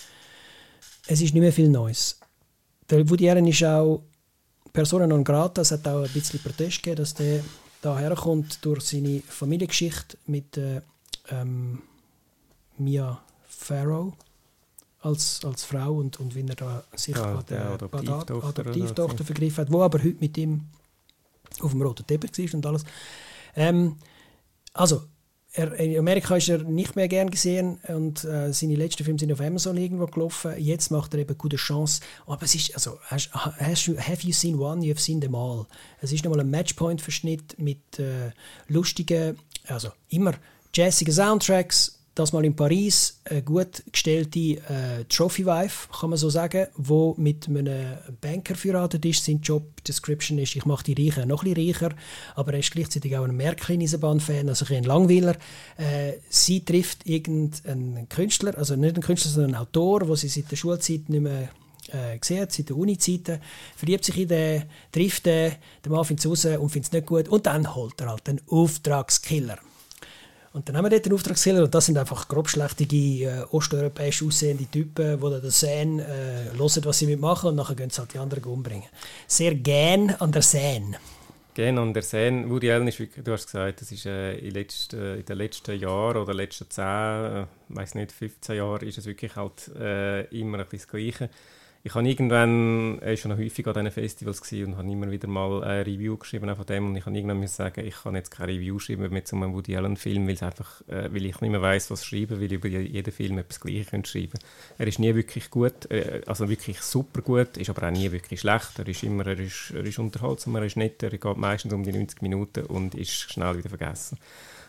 Es ist nicht mehr viel Neues. Der Woody Allen ist auch Persona non grata. Es hat auch ein bisschen Protest gegeben, dass der da herkommt durch seine Familiengeschichte mit äh, ähm, Mia Farrow als, als Frau und, und wie er da sich ja, an der Adoptivtochter, Adoptivtochter vergriffen hat, wo aber heute mit ihm auf dem roten Teppich war und alles. Ähm, also, er, in Amerika ist er nicht mehr gern gesehen und äh, seine letzten Filme sind auf Amazon irgendwo gelaufen. Jetzt macht er eben gute Chance. Aber es ist, also, hast, hast you, have you seen one, you have seen them all. Es ist nochmal ein Matchpoint-Verschnitt mit äh, lustigen, also immer jazzigen Soundtracks. Das mal in Paris, eine gut gestellte äh, Trophy-Wife, kann man so sagen, die mit einem Banker verheiratet ist. Sein Job-Description ist, ich mache die Reichen noch ein bisschen reicher, aber er ist gleichzeitig auch ein Märklin-Eisenbahn-Fan, also ein Langweiler. Äh, sie trifft irgendeinen Künstler, also nicht einen Künstler, sondern einen Autor, den sie seit der Schulzeit nicht mehr äh, gesehen hat, seit der Uni-Zeiten, verliebt sich in den, trifft den, der Mann findet es raus und findet es nicht gut und dann holt er halt einen Auftragskiller. Und dann haben wir dort einen Auftragskiller und das sind einfach grobschlächtige, äh, osteuropäisch aussehende Typen, die dann Seine äh, hören, was sie mitmachen und nachher gehen sie halt die anderen umbringen. Sehr gern an der Seine. Gern an der Seine. Woody Allen ist wirklich, du hast gesagt, das ist äh, in, letzten, in den letzten Jahren oder letzten zehn, äh, weiß nicht, fünfzehn Jahren ist es wirklich halt äh, immer ein bisschen das Gleiche. Ich habe irgendwann, er war schon noch häufig an diesen Festivals gewesen und habe immer wieder mal ein Review geschrieben von dem und ich habe irgendwann müssen sagen, ich kann jetzt kein Review schreiben mit so einem Woody Allen Film, weil, einfach, äh, weil ich nicht mehr weiss, was schreiben, weil ich über jeden Film etwas Gleiches schreiben könnte. Er ist nie wirklich gut, äh, also wirklich super gut, ist aber auch nie wirklich schlecht. Er ist immer, er ist, er ist unterhaltsam, er ist nett, er geht meistens um die neunzig Minuten und ist schnell wieder vergessen.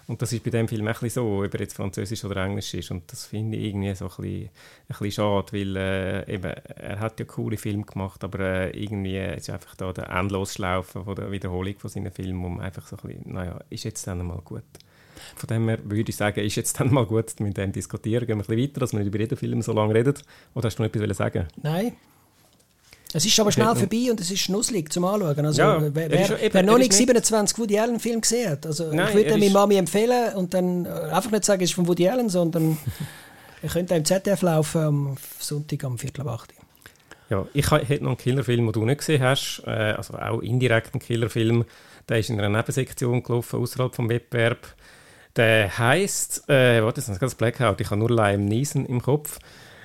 Und das ist bei dem Film auch ein bisschen so, ob er jetzt Französisch oder Englisch ist. Und das finde ich irgendwie so ein bisschen, ein bisschen schade, weil äh, eben, er hat ja coole Filme gemacht, aber äh, irgendwie ist einfach da der Endlosschlaufe von der Wiederholung von seinen Filmen, wo man einfach so ein bisschen, naja, ist jetzt dann mal gut. Von dem her würde ich sagen, ist jetzt dann mal gut mit dem diskutieren. Gehen wir ein bisschen weiter, dass wir nicht über jeden Film so lange reden. Oder hast du noch etwas sagen? Nein. Es ist aber schnell okay. vorbei und es ist schnusselig zum Anschauen. Also, ja, wer, wer, eben, wer noch nicht siebenundzwanzig Woody Allen Film gesehen hat, also nein, ich würde den meiner Mami empfehlen und dann einfach nicht sagen, es ist von Woody Allen, sondern er könnte im Z D F laufen am Sonntag am Viertel ab acht. Ja, ich hätte noch einen Killerfilm, den du nicht gesehen hast, äh, also auch indirekt einen Killerfilm. Der ist in einer Nebensektion gelaufen, außerhalb vom Wettbewerb. Der heisst, äh, warte, das ist ganz Blackout, ich habe nur Liam Neeson im Kopf.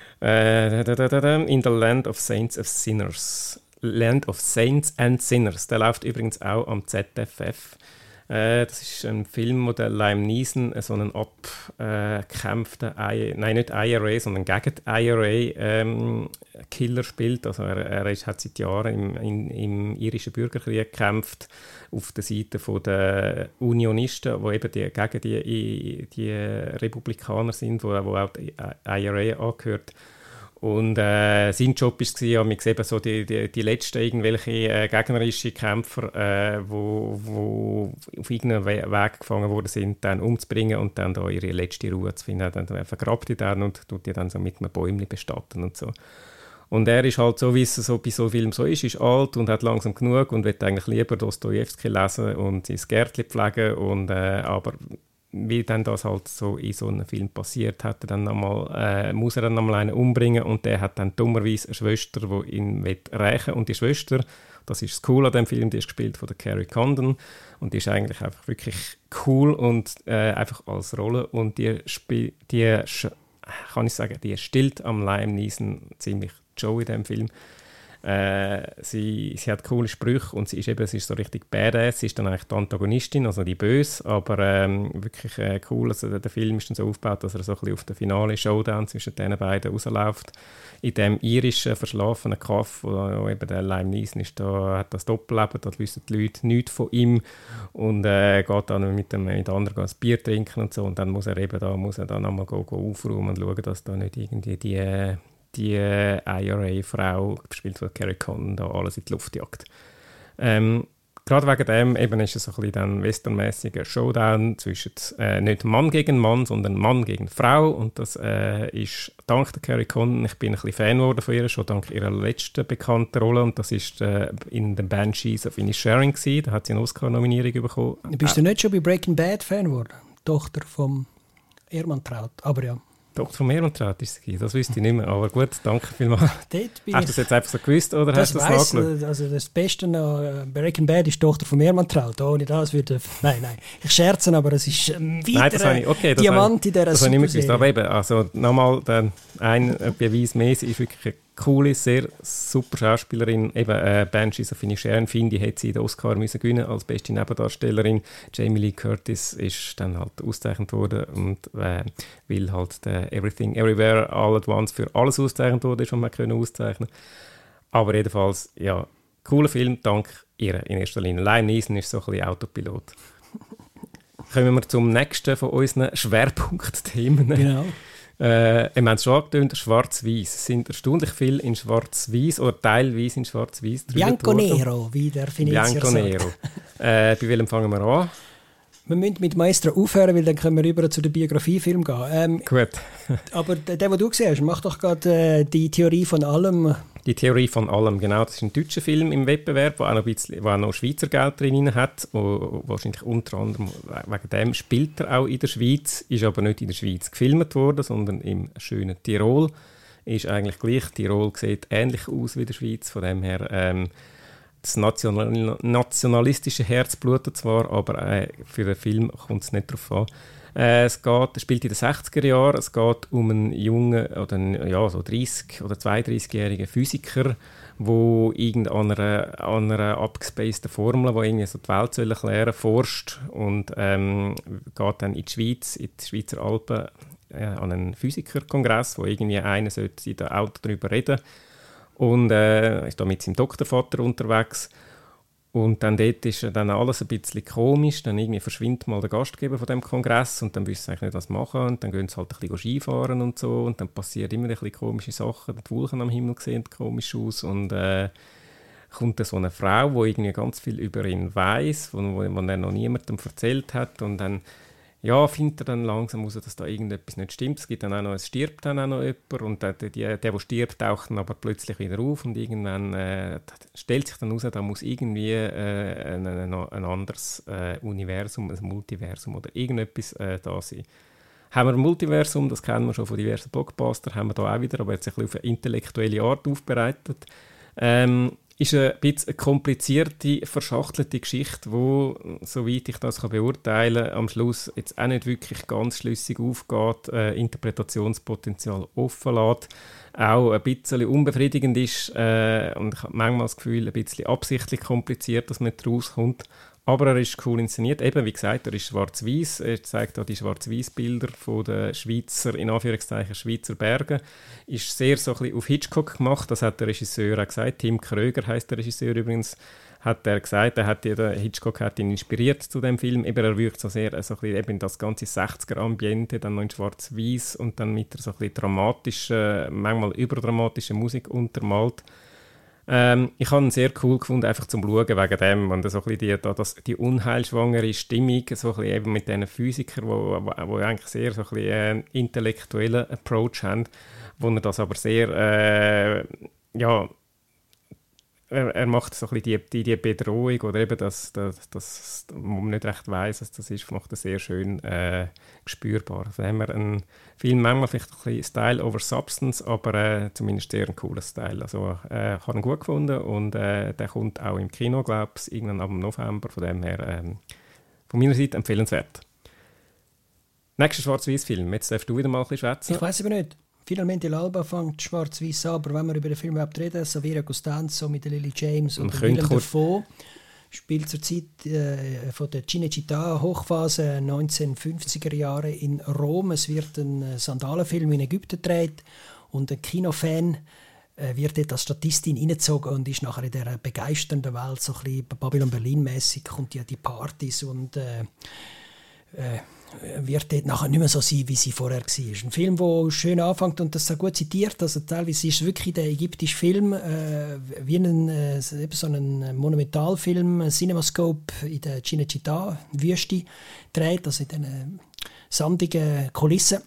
Uh, da, da, da, da, in the Land of Saints and Sinners. Land of Saints and Sinners. Der läuft übrigens auch am Z F F. Uh, das ist ein Film, wo der Liam Neeson so einen abgekämpften, äh, nein, nicht I R A, sondern gegen die I R A ähm, Killer spielt. Also er, er ist, hat seit Jahren im, in, im irischen Bürgerkrieg gekämpft, auf der Seite der Unionisten, die eben die, gegen die, die Republikaner sind, wo, wo auch die I R A angehört. Und äh, sein Job war, ja, man sieht so die, die, die letzten irgendwelche äh, gegnerischen Kämpfer, äh, wo, wo auf irgendeinen We- Weg gefangen worden sind, dann umzubringen und dann da ihre letzte Ruhe zu finden. Dann, dann vergrabt die dann und tut die dann so mit einem Bäumchen bestatten und so. Und er ist halt so, wie es so bei so Filmen so ist, ist alt und hat langsam genug und will eigentlich lieber Dostojewski lesen und sein Gärtchen pflegen. Und, äh, aber wie dann das halt so in so einem Film passiert, hat er dann noch mal, äh, muss er dann noch mal einen umbringen und der hat dann dummerweise eine Schwester, die ihn rächen will. Und die Schwester, das ist das Coole an dem Film, die ist gespielt von der Carrie Condon und die ist eigentlich einfach wirklich cool und äh, einfach als Rolle und die, spiel, die kann ich sagen, die stillt am Liam Neeson ziemlich Joe in dem Film. Äh, sie, sie hat coole Sprüche und sie ist eben, sie ist so richtig badass, sie ist dann eigentlich die Antagonistin, also die Böse, aber ähm, wirklich äh, cool, also der Film ist dann so aufgebaut, dass er so ein bisschen auf den finale Showdown zwischen den beiden rausläuft, in dem irischen, verschlafenen Kaff, wo, wo eben der Liam Neeson ist, da hat das Doppelleben, da wissen die Leute nichts von ihm und äh, geht dann mit dem mit anderen ein Bier trinken und so und dann muss er eben da, muss er dann einmal go, go aufräumen und schauen, dass da nicht irgendwie die äh, die äh, I R A-Frau, gespielt von Carrie Condon, da alles in die Luft jagt. Ähm, Gerade wegen dem eben ist es so ein bisschen dann westernmäßiger Showdown zwischen äh, nicht Mann gegen Mann, sondern Mann gegen Frau. Und das äh, ist dank der Carrie Condon, ich bin ein bisschen Fan geworden von ihr, schon dank ihrer letzten bekannten Rolle. Und das ist äh, in den Banshees of Inisherin gewesen. Da hat sie eine Oscar-Nominierung bekommen. Bist du nicht schon bei Breaking Bad Fan geworden? Tochter vom Ehrmantraut, aber ja. Doktor vom Ehrmantraut ist es, das wüsste ich nicht mehr, aber gut, danke vielmals. Hast du das jetzt einfach so gewusst oder das hast du das weiss, nachgeschaut? Also das Beste noch, Breaking Bad ist die Tochter vom Ehrmantraut, ohne das würde... Nein, nein, ich scherze, aber es ist ein weiterer okay, Diamant in dieser Superserie. Aber eben, also nochmal ein Beweis mehr, sie ist wirklich eine coole, sehr super Schauspielerin. Eben äh, Banshees of Inisherin, finde ich, hätte sie den Oscar müssen gewinnen als beste Nebendarstellerin. Jamie Lee Curtis ist dann halt ausgezeichnet worden und äh, weil halt der Everything, Everywhere, All at Once für alles ausgezeichnet wurde, ist, was man können auszeichnen. Aber jedenfalls, ja, cooler Film, dank ihr in erster Linie. Liam Neeson ist so ein bisschen Autopilot. Kommen wir zum nächsten von unseren Schwerpunktthemen. Genau. Äh, wir haben es schon angetönt, Schwarz-Weiß. Es sind erstaunlich viel in Schwarz-Weiß oder teilweise in Schwarz-Weiß. Bianco Nero, wie der Venezier Bianco sagt. Nero. äh, bei welchem fangen wir an? Wir müssen mit Maestro aufhören, weil dann können wir rüber zu den Biografiefilmen gehen. Ähm, Gut. aber der, den du gesehen hast, mach doch gerade äh, die Theorie von allem. Die Theorie von allem, genau. Das ist ein deutscher Film im Wettbewerb, der auch noch, ein bisschen, wo auch noch Schweizer Geld drin hat. Wo, wahrscheinlich unter anderem wegen dem spielt er auch in der Schweiz, ist aber nicht in der Schweiz gefilmt worden, sondern im schönen Tirol. Ist eigentlich gleich. Tirol sieht ähnlich aus wie der Schweiz, von dem her... Ähm, das National- nationalistische Herz blutet zwar, aber äh, für den Film kommt es nicht darauf an. Äh, es geht, es spielt in den sechziger Jahren. Es geht um einen jungen, oder einen, ja, so dreißig- oder zweiunddreißigjährigen Physiker, der irgendeiner einer abgespaceden Formel, die irgendwie so die Welt soll erklären, forscht und ähm, geht dann in die Schweiz, in die Schweizer Alpen, äh, an einen Physikerkongress, wo irgendwie einer sollte in der Auto darüber reden. Und äh, ist da mit seinem Doktorvater unterwegs. Und dann dort ist dann alles ein bisschen komisch. Dann irgendwie verschwindet mal der Gastgeber von dem Kongress und dann wissen sie eigentlich nicht, was machen. Und dann gehen sie halt ein bisschen Skifahren und so. Und dann passieren immer ein bisschen komische Sachen. Die Wolken am Himmel sehen komisch aus. Und äh, kommt dann so eine Frau, die irgendwie ganz viel über ihn weiss, wo, wo, wo er noch niemandem erzählt hat. Und dann ja, findet er dann langsam heraus, dass da irgendetwas nicht stimmt. Es gibt dann auch noch, es stirbt dann auch noch jemand und der, der, der, der stirbt, taucht dann aber plötzlich wieder auf und irgendwann äh, stellt sich dann heraus, da muss irgendwie äh, ein, ein, ein anderes äh, Universum, ein Multiversum oder irgendetwas äh, da sein. Haben wir ein Multiversum, das kennen wir schon von diversen Blockbustern, haben wir da auch wieder, aber jetzt ein bisschen auf eine intellektuelle Art aufbereitet. Ähm, ist ein bisschen eine komplizierte, verschachtelte Geschichte, die, soweit ich das beurteilen kann, am Schluss jetzt auch nicht wirklich ganz schlüssig aufgeht, äh, Interpretationspotenzial offen lässt, auch ein bisschen unbefriedigend ist äh, und ich habe manchmal das Gefühl, ein bisschen absichtlich kompliziert, dass man nicht rauskommt. Aber er ist cool inszeniert. Eben, wie gesagt, er ist schwarz-weiß. Er zeigt auch die schwarz-weiß-Bilder von den Schweizer, in Anführungszeichen, Schweizer Bergen. Ist sehr so ein bisschen auf Hitchcock gemacht. Das hat der Regisseur auch gesagt. Tim Kröger heisst der Regisseur übrigens. Hat er gesagt, er hat der Hitchcock hat ihn inspiriert zu dem Film. Eben, er wirkt so sehr so ein bisschen eben das ganze sechziger-Ambiente, dann noch in schwarz-weiß und dann mit so ein bisschen dramatischen, manchmal überdramatischen Musik untermalt. Ähm, ich habe ihn sehr cool gefunden, einfach zum Schauen wegen dem. Und so ein bisschen die, das, die unheilschwangere Stimmung, so ein bisschen eben mit diesen Physikern, die wo, wo, wo eigentlich sehr so ein bisschen einen intellektuellen Approach haben, wo er das aber sehr, äh, ja, er, er macht so ein bisschen die, die, die Bedrohung oder eben das, das, das, wo man nicht recht weiss, was das ist, macht er sehr schön äh, spürbar. Also haben wir einen Film, manchmal vielleicht ein bisschen Style over Substance, aber äh, zumindest sehr ein cooler Style. Also äh, ich habe ihn gut gefunden und äh, der kommt auch im Kino, glaube ich, irgendwann ab November. Von dem her ähm, von meiner Seite empfehlenswert. Nächster Schwarz-Weiß-Film. Jetzt darfst du wieder mal ein bisschen schwätzen. Ich weiss aber nicht. Finalmente l'Alba fängt schwarz-weiß an, aber wenn wir über den Film überhaupt reden, Savira Costanzo mit der Lily James und, und Willem Dafoe spielt zur Zeit äh, von der Cinecittà Hochphase neunzehnhundertfünfziger Jahre in Rom. Es wird ein Sandalenfilm in Ägypten gedreht und ein Kinofan äh, wird dort als Statistin reingezogen und ist nachher in dieser begeisternden Welt so ein bisschen Babylon Berlin-mässig, kommt ja die Partys und äh, äh, wird dort nachher nicht mehr so sein, wie sie vorher war. Ein Film, der schön anfängt und das ist gut zitiert. Also teilweise ist es wirklich der ägyptische Film, äh, wie ein, äh, eben so ein Monumentalfilm, ein Cinemascope in der Cinecittà-Wüste dreht, also in diesen sandigen Kulissen.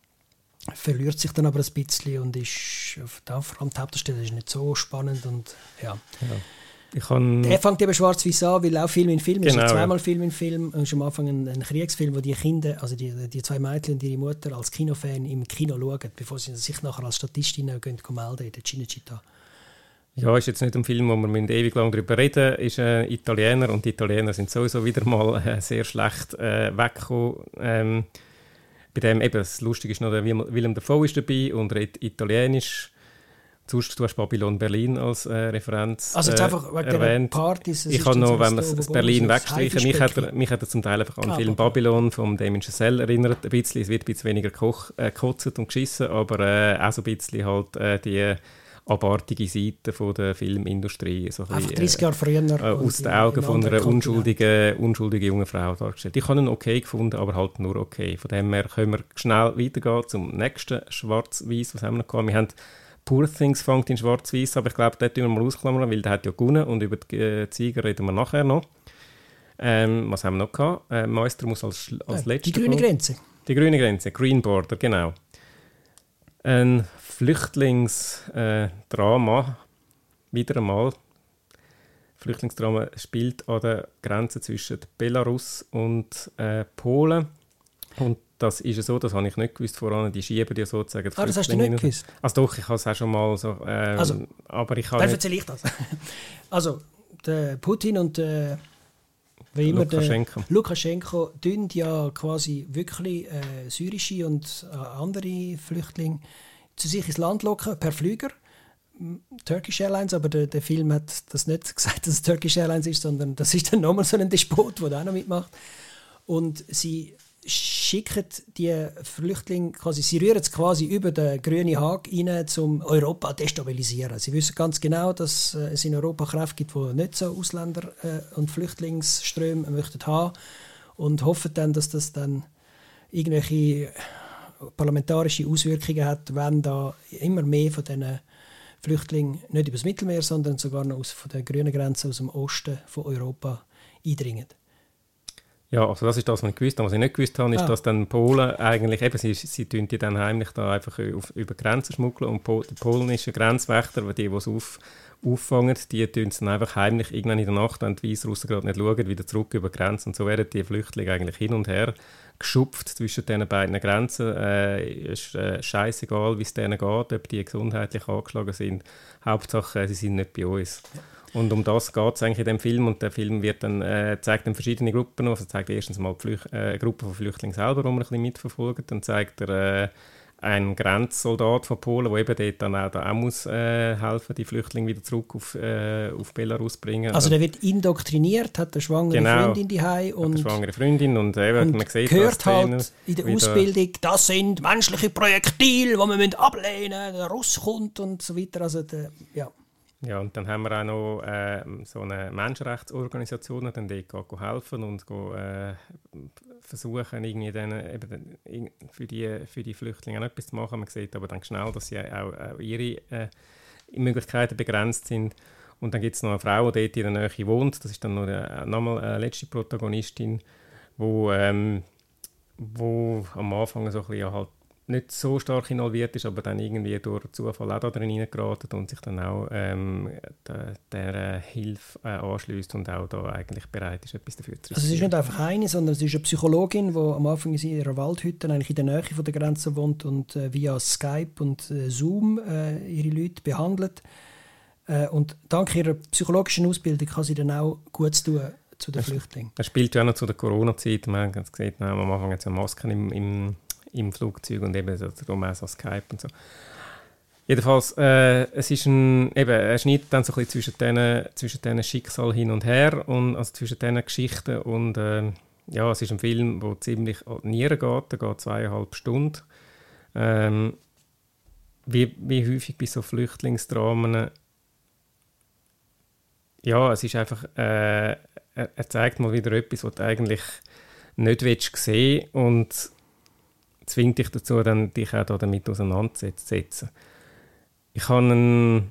Verliert sich dann aber ein bisschen und ist, da, vor allem die Hauptdarsteller ist nicht so spannend. Und, ja. Ja. Ich kann... Er fängt eben schwarz-weiß an, weil auch Film in Film ist. Genau, ist zweimal Film in Film. Es ist am Anfang ein, ein Kriegsfilm, wo die Kinder, also die, die zwei Mädchen und ihre Mutter als Kinofan im Kino schauen, bevor sie sich nachher als Statistinnen gehen, gehen melden in der Cinecittà. Ja, ist jetzt nicht ein Film, wo wir ewig lang darüber reden müssen. Ist ein Italiener und die Italiener sind sowieso wieder mal äh, sehr schlecht äh, weggekommen. Ähm, bei dem eben, das Lustige ist noch, der Willem Dafoe ist dabei und redet Italienisch. Du hast Babylon Berlin als äh, Referenz also jetzt einfach wegen erwähnt. Partys, ich kann noch, wenn wir das Berlin wegstreichen, mich hat, er, mich hat er zum Teil einfach an den Film Babylon von Damien Chazelle erinnert. Ein bisschen, es wird ein bisschen weniger gekocht, äh, gekotzt und geschissen, aber äh, auch so ein bisschen halt äh, die abartige Seite von der Filmindustrie. So ein einfach bisschen, dreißig Jahre früher. Äh, aus den Augen von einer unschuldigen, unschuldigen jungen Frau dargestellt. Ich habe ihn okay gefunden, aber halt nur okay. Von dem her können wir schnell weitergehen zum nächsten Schwarz-Weiß. Was haben wir noch gehabt? Wir haben Poor Things fängt in Schwarz-Weiß, aber ich glaube, dort müssen wir mal ausklammern, weil der hat ja gewonnen und über die äh, Sieger reden wir nachher noch. Ähm, was haben wir noch gehabt? Äh, Meister muss als, als ja, letzter Die grüne kommen. Grenze. Die grüne Grenze, Green Border, genau. Ein Flüchtlingsdrama, äh, wieder einmal. Flüchtlingsdrama spielt an der Grenze zwischen Belarus und äh, Polen. Und das ist so, das habe ich nicht gewusst voran, die schieben ja sozusagen... Ah, das hast du nicht gewusst? Also doch, ich habe es auch schon mal so... Ähm, also, aber ich habe dann erzähle ich das. Also, der Putin und äh, wie immer Lukaschenko. Der Lukaschenko tun ja quasi wirklich äh, syrische und äh, andere Flüchtlinge zu sich ins Land locken, per Flüger. Turkish Airlines, aber der, der Film hat das nicht gesagt, dass es Turkish Airlines ist, sondern das ist dann nochmal so ein Despot, der da auch noch mitmacht. Und sie schicken die Flüchtlinge, quasi, sie rühren es quasi über den grünen Haag rein, um Europa zu destabilisieren. Sie wissen ganz genau, dass äh, es in Europa Kräfte gibt, die nicht so Ausländer- äh, und Flüchtlingsströme möchten haben und hoffen dann, dass das dann irgendwelche parlamentarische Auswirkungen hat, wenn da immer mehr von diesen Flüchtlingen nicht über das Mittelmeer, sondern sogar noch aus, von der grünen Grenze aus dem Osten von Europa eindringen. Ja, also das ist das, was ich gewusst habe. Was ich nicht gewusst habe, ist, ah. dass dann Polen eigentlich, eben, sie, sie tun die dann heimlich da einfach auf, über Grenzen schmuggeln und Pol, die polnischen Grenzwächter, die, die es auf, auffangen, die tun es dann einfach heimlich irgendwann in der Nacht, wenn die Weißrussen gerade nicht schauen, wieder zurück über Grenzen. Und so werden die Flüchtlinge eigentlich hin und her geschupft zwischen diesen beiden Grenzen. Äh, ist äh, scheißegal, wie es denen geht, ob die gesundheitlich angeschlagen sind. Hauptsache, äh, sie sind nicht bei uns. Und um das geht es eigentlich in dem Film. Und der Film wird dann, äh, zeigt dann verschiedene Gruppen. Also zeigt erstens mal die Flüch- äh, eine Gruppe von Flüchtlingen selber, die man ein bisschen mitverfolgt. Dann zeigt er äh, einen Grenzsoldat von Polen, der eben dort dann auch, da auch muss, äh, helfen, die Flüchtlinge wieder zurück auf, äh, auf Belarus zu bringen. Also der wird indoktriniert, hat eine schwangere genau, Freundin daheim und eine schwangere Freundin und, eben, und man sieht hört halt in der Ausbildung, das sind menschliche Projektile, die wir ablehnen müssen, der Russ kommt und so weiter. Also der, ja. Ja, und dann haben wir auch noch äh, so eine Menschenrechtsorganisation, die dann dort gehen helfen und gehen, äh, versuchen, irgendwie dann, eben, für, die, für die Flüchtlinge auch etwas zu machen. Man sieht aber dann schnell, dass sie auch, auch ihre äh, Möglichkeiten begrenzt sind. Und dann gibt es noch eine Frau, die dort in der Nähe wohnt. Das ist dann noch eine, nochmal eine letzte Protagonistin, wo, ähm, wo am Anfang so ein bisschen halt nicht so stark involviert ist, aber dann irgendwie durch Zufall auch da drin reingeraten und sich dann auch ähm, der, der äh, Hilfe äh, anschliesst und auch da eigentlich bereit ist, etwas dafür zu riskieren. Also es ist nicht einfach eine, sondern es ist eine Psychologin, die am Anfang in ihrer Waldhütte eigentlich in der Nähe von der Grenze wohnt und äh, via Skype und äh, Zoom äh, ihre Leute behandelt. Äh, und dank ihrer psychologischen Ausbildung kann sie dann auch Gutes tun zu den Flüchtlingen. Das spielt ja auch noch zu der Corona-Zeit. Man hat gesehen, am Anfang hat es ja Masken im, im im Flugzeug und eben darum auch so Skype und so. Jedenfalls, äh, es ist ein, eben, er schneidet dann so ein bisschen zwischen diesen, zwischen diesen Schicksal hin und her, und, also zwischen diesen Geschichten und äh, ja, es ist ein Film, der ziemlich an die Nieren geht, der geht zweieinhalb Stunden. Ähm, wie, wie häufig bei so Flüchtlingsdramen, ja, es ist einfach, äh, er, er zeigt mal wieder etwas, was du eigentlich nicht willst sehen und zwingt dich dazu, dann dich auch da damit auseinanderzusetzen. Ich habe einen...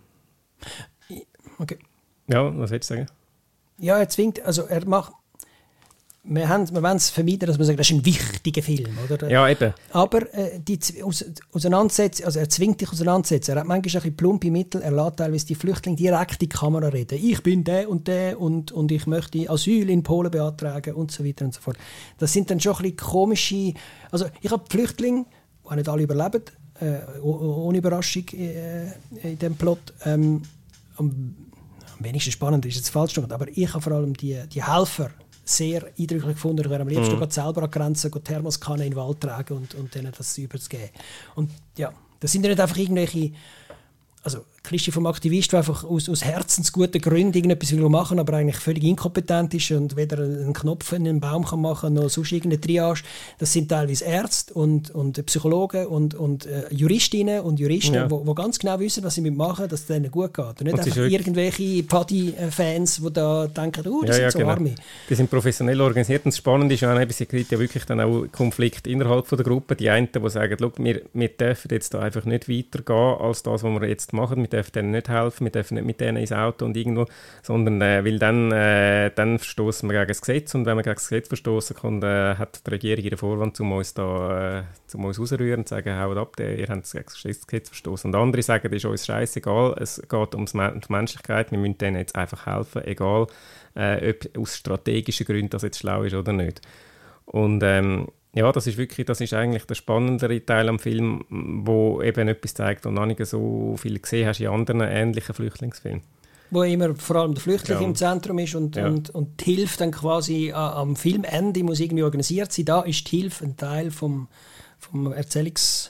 Okay. Ja, was willst du sagen? Ja, er zwingt, also er macht... Wir, haben, wir wollen es vermeiden, dass man sagt, das ist ein wichtiger Film, oder? Ja, eben. Aber äh, die aus, auseinandersetzen, also er zwingt dich auseinandersetzen. Er hat manchmal ein bisschen plumpe Mittel, er lässt teilweise die Flüchtlinge direkt in die Kamera reden. Ich bin der und der und, und ich möchte Asyl in Polen beantragen und so weiter und so fort. Das sind dann schon ein bisschen komische... Also ich habe Flüchtlinge, die nicht alle überleben, äh, ohne Überraschung äh, in diesem Plot. Ähm, am, am wenigsten spannend ist jetzt falsch, aber ich habe vor allem die, die Helfer sehr eindrücklich gefunden. Ich wäre am liebsten mhm. selber an die Grenze Thermoskanne in den Wald tragen und, und denen das überzugeben. Und ja, das sind ja nicht einfach irgendwelche, also Klischee vom Aktivist, der einfach aus, aus herzensguten Gründen irgendetwas will machen, aber eigentlich völlig inkompetent ist und weder einen Knopf in einen Baum kann machen noch sonst irgendeine Triage. Das sind teilweise Ärzte und, und Psychologen und, und äh, Juristinnen und Juristen, die ja. ganz genau wissen, was sie machen, dass es denen gut geht. Und nicht und einfach irgendwelche Paddy-Fans, die da denken, oh, das ja, sind ja, so genau. Arme. Die sind professionell organisiert und das Spannende ist ja, es gibt ja wirklich dann auch Konflikt innerhalb von der Gruppe. Die einen, die sagen, wir, wir dürfen jetzt da einfach nicht weitergehen als das, was wir jetzt machen. Wir dürfen denen nicht helfen, wir dürfen nicht mit denen ins Auto und irgendwo, sondern äh, weil dann, äh, dann verstoßen wir gegen das Gesetz, und wenn wir gegen das Gesetz verstoßen, kann, äh, hat die Regierung ihren Vorwand, um uns da äh, zum uns rausrühren und sagen, haut ab, ihr habt gegen das Gesetz verstoßen. Und andere sagen, das ist uns scheißegal, es geht ums, um die Menschlichkeit, wir müssen denen jetzt einfach helfen, egal äh, ob aus strategischen Gründen das jetzt schlau ist oder nicht. Und ähm, ja, das ist wirklich, das ist eigentlich der spannendere Teil am Film, wo eben etwas zeigt, was noch nicht so viel gesehen hast in anderen ähnlichen Flüchtlingsfilmen. Wo immer vor allem der Flüchtling ja. im Zentrum ist und, ja. und, und die Hilfe dann quasi äh, am Filmende muss irgendwie organisiert sein. Da ist die Hilfe ein Teil vom, vom Erzählungsmotor,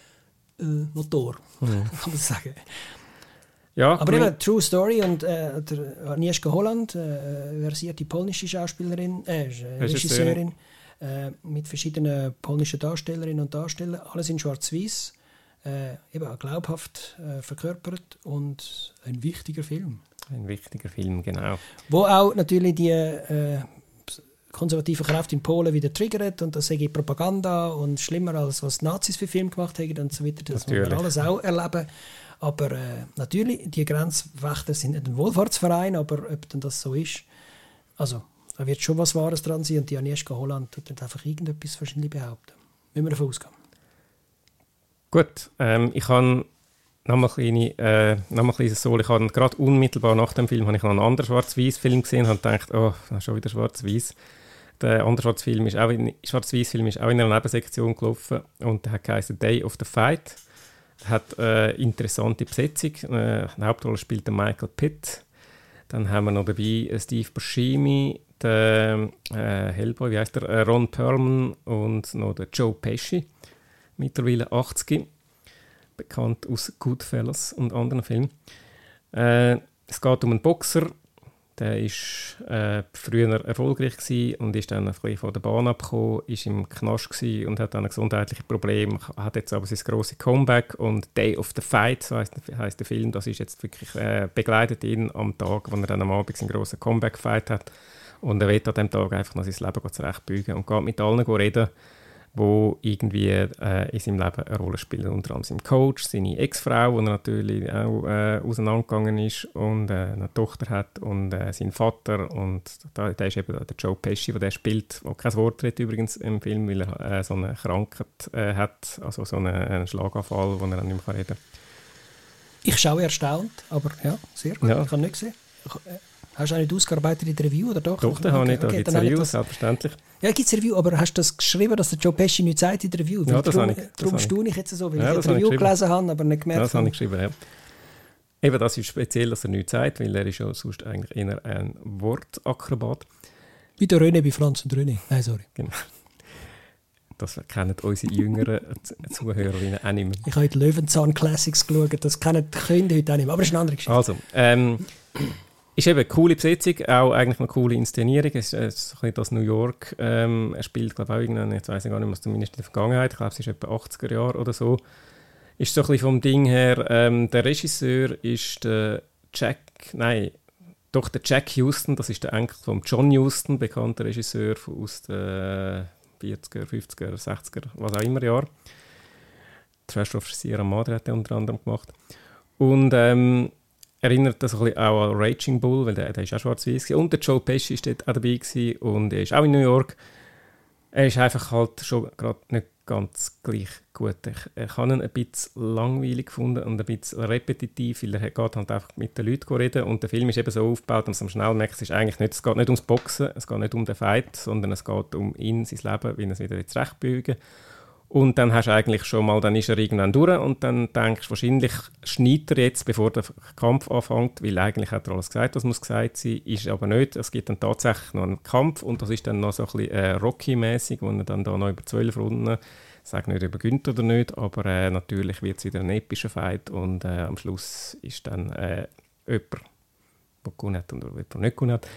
äh, mhm. kann man sagen. Ja, aber eben, True Story, und äh, der Agnieszka Holland, äh, versierte polnische Schauspielerin, äh, Regisseurin, äh, mit verschiedenen polnischen Darstellerinnen und Darstellern, alles in Schwarz-Weiß, äh, eben auch glaubhaft äh, verkörpert und ein wichtiger Film. Ein wichtiger Film, genau. Wo auch natürlich die äh, konservative Kraft in Polen wieder triggert und das sei Propaganda und schlimmer als was die Nazis für Film gemacht haben und so weiter. Das natürlich. muss man alles auch erleben. Aber äh, natürlich, die Grenzwächter sind nicht ein Wohlfahrtsverein, aber ob denn das so ist, also da wird schon was Wahres dran sein und die Agnieszka Holland tut nicht einfach irgendetwas wahrscheinlich behaupten. Müssen wir davon ausgehen. Gut, ähm, ich habe noch mal kleine, äh, noch mal ein kleines Soul. Ich habe gerade unmittelbar nach dem Film habe ich noch einen anderen Schwarz-Weiß-Film gesehen und habe gedacht, oh, schon wieder Schwarz-Weiß. Der andere Schwarz-Film ist auch in, Schwarz-Weiß-Film ist auch in einer Nebensektion gelaufen und der hat geheißen Day of the Fight. Er hat eine äh, interessante Besetzung. Äh, die Hauptrolle spielt der Michael Pitt. Dann haben wir noch dabei äh, Steve Buscemi, der äh, Hellboy, wie heißt der? Äh, Ron Perlman und noch der Joe Pesci, mittlerweile achtzig, bekannt aus Goodfellas und anderen Filmen. Äh, es geht um einen Boxer, der war äh, früher erfolgreich gewesen und ist dann ein bisschen von der Bahn abgekommen, ist im Knast gewesen und hat dann ein gesundheitliches Problem, hat jetzt aber sein grosses Comeback und Day of the Fight, so heisst, heisst der Film, das ist jetzt wirklich, äh, begleitet ihn am Tag, wo er dann am Abend seinen grossen Comeback-Fight hat und er will an diesem Tag einfach noch sein Leben zurechtbügen und geht mit allen reden, die irgendwie äh, in seinem Leben eine Rolle spielen. Unter anderem sein Coach, seine Ex-Frau, die natürlich auch äh, auseinandergegangen ist und äh, eine Tochter hat und äh, sein Vater und da, der ist eben der Joe Pesci, der der spielt, der kein Wort redet übrigens im Film, weil er äh, so eine Krankheit äh, hat, also so einen, einen Schlaganfall, wo er dann nicht mehr reden kann. Ich schaue erstaunt, aber ja, sehr gut. Ja. Ich habe nicht gesehen. Ich, äh, hast du auch nicht ausgearbeitet in der Review, oder doch? Doch, den habe ich, da gibt es Review, selbstverständlich. Ja, gibt es Review, aber hast du das geschrieben, dass der Joe Pesci nichts sagt in der Review? Ja, das darum, habe ich. Darum staune ich jetzt so, weil ja, ich das Review gelesen habe, aber nicht gemerkt habe. Das habe ich geschrieben, ja. Eben, das ist speziell, dass er nichts sagt, weil er ist ja sonst eigentlich eher ein Wortakrobat. Wie der René bei Franz und René. Nein, sorry. Genau. Das kennen unsere jüngeren Zuhörerinnen auch nicht mehr. Ich habe die Löwenzahn Classics geschaut, das kennen die Kinder heute auch nicht mehr, aber das ist eine andere Geschichte. Also, ähm, ist eben eine coole Besetzung, auch eigentlich eine coole Inszenierung. Es ist, es ist ein bisschen das New York. Ähm, er spielt, glaube ich, auch irgendwann, jetzt weiss ich gar nicht mehr, zumindest in der Vergangenheit, ich glaube, es ist etwa achtziger Jahre oder so. Ist so ein bisschen vom Ding her, ähm, der Regisseur ist der Jack, nein, doch der Jack Huston, das ist der Enkel von John Huston, bekannter Regisseur aus den vierziger, fünfziger, sechziger, was auch immer Jahr. Trash of Sierra Madre hat er unter anderem gemacht. Und ähm, erinnert das ein bisschen auch an Raging Bull, weil der, der ist auch schwarz-weiß gewesen. Und der Joe Pesci war dort auch dabei gewesen und er ist auch in New York. Er ist einfach halt schon gerade nicht ganz gleich gut. Ich, ich habe ihn ein bisschen langweilig gefunden und ein bisschen repetitiv, weil er geht halt einfach mit den Leuten reden und der Film ist eben so aufgebaut, dass man schnell merkt, es ist eigentlich nicht, es geht nicht ums Boxen, es geht nicht um den Fight, sondern es geht um ihn, sein Leben, wie er es wieder zurechtbügen. Und dann hast du eigentlich schon mal, dann ist er irgendwann durch und dann denkst du, wahrscheinlich schneidet er jetzt, bevor der Kampf anfängt, weil eigentlich hat er alles gesagt, was muss gesagt sein, ist aber nicht. Es gibt dann tatsächlich noch einen Kampf und das ist dann noch so ein bisschen äh, Rocky-mäßig, wo er dann da noch über zwölf Runden, ich sage nicht, über gönnt oder nicht, aber äh, natürlich wird es wieder ein epischer Fight und äh, am Schluss ist dann äh, jemand, der gewonnen hat und jemand, der nicht gewonnen hat.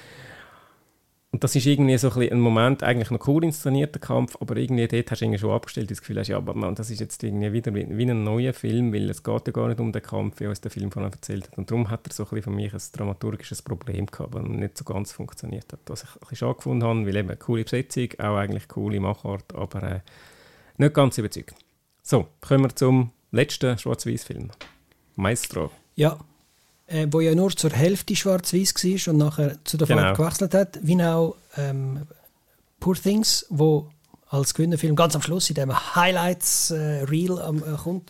Und das ist irgendwie so ein, ein Moment, eigentlich noch cool inszenierter Kampf, aber irgendwie dort hast du irgendwie schon abgestellt, das Gefühl hast, ja, aber man, das ist jetzt irgendwie wieder wie, wie ein neuer Film, weil es geht ja gar nicht um den Kampf, wie uns der Film vorhin erzählt hat. Und darum hat er so ein bisschen für mich ein dramaturgisches Problem gehabt, weil er nicht so ganz funktioniert hat. Was ich ein bisschen schade gefunden habe, weil eben eine coole Besetzung, auch eigentlich coole Machart, aber äh, nicht ganz überzeugt. So, kommen wir zum letzten Schwarz-Weiß-Film. Maestro. Ja. Äh, wo ja nur zur Hälfte schwarz-weiß war und nachher zu der Farbe genau. gewechselt hat, wie auch ähm, Poor Things, wo als Gewinnerfilm ganz am Schluss in dem Highlights-Reel äh, äh, kommt.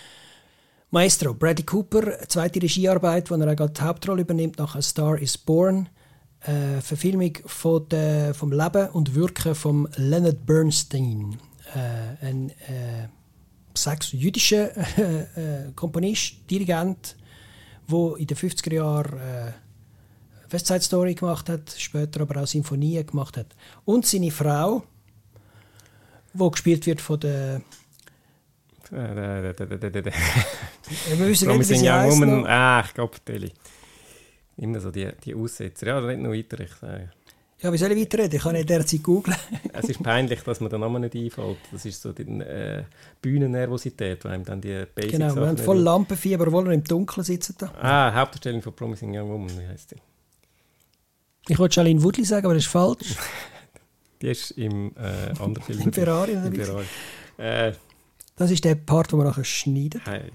Maestro, Bradley Cooper, zweite Regiearbeit, wo er auch die Hauptrolle übernimmt nach A Star is Born, äh, Verfilmung von der, vom Leben und Wirken von Leonard Bernstein, äh, ein äh, sechs jüdischer äh, äh, Komponist, Dirigent, der in den fünfziger Jahren äh, West Side Story gemacht hat, später aber auch Sinfonien gemacht hat. Und seine Frau, die gespielt wird von der... Wir wissen nicht, wie sie heisst noch. Ah, ich glaube, Deli. Immer so die, die Aussetzer. Ja, nicht noch weiter, ich sage. Ja, wie soll ich weiterreden? Ich kann nicht derzeit googlen. Es ist peinlich, dass man den Namen nicht einfällt. Das ist so die äh, Bühnennervosität, weil einem dann die Basics... Genau, wir haben voll Lampenfieber, obwohl wir im Dunkeln sitzen da. Ah, Hauptdarstellerin von Promising Young Woman, wie heisst die? Ich wollte Shailene Woodley sagen, aber das ist falsch. Die ist im äh, anderen Film. Im Ferrari. Im Ferrari. Äh, das ist der Part, den wir nachher schneiden. Hey.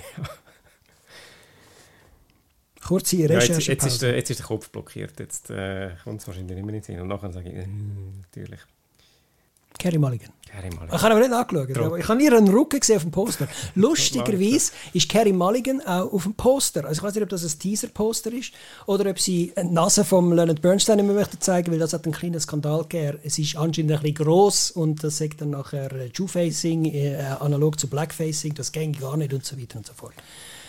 Kurze Ja, Recherche. jetzt, jetzt, ist der, jetzt ist der Kopf blockiert. Jetzt äh, kommt es wahrscheinlich nicht mehr in den Sinn. Und nachher sage ich, äh, natürlich. Carey Mulligan. Carey Mulligan. Ich habe aber nicht angeschaut. Aber ich habe ihr einen Rücken gesehen auf dem Poster. Lustigerweise ist Carey Mulligan auch auf dem Poster. Also ich weiß nicht, ob das ein Teaser-Poster ist oder ob sie die Nase von Leonard Bernstein nicht mehr möchte zeigen, weil das hat einen kleinen Skandal gegeben. Es ist anscheinend ein bisschen gross und das sagt dann nachher Two-Facing, äh, analog zu Blackfacing, das ging gar nicht und so weiter und so fort.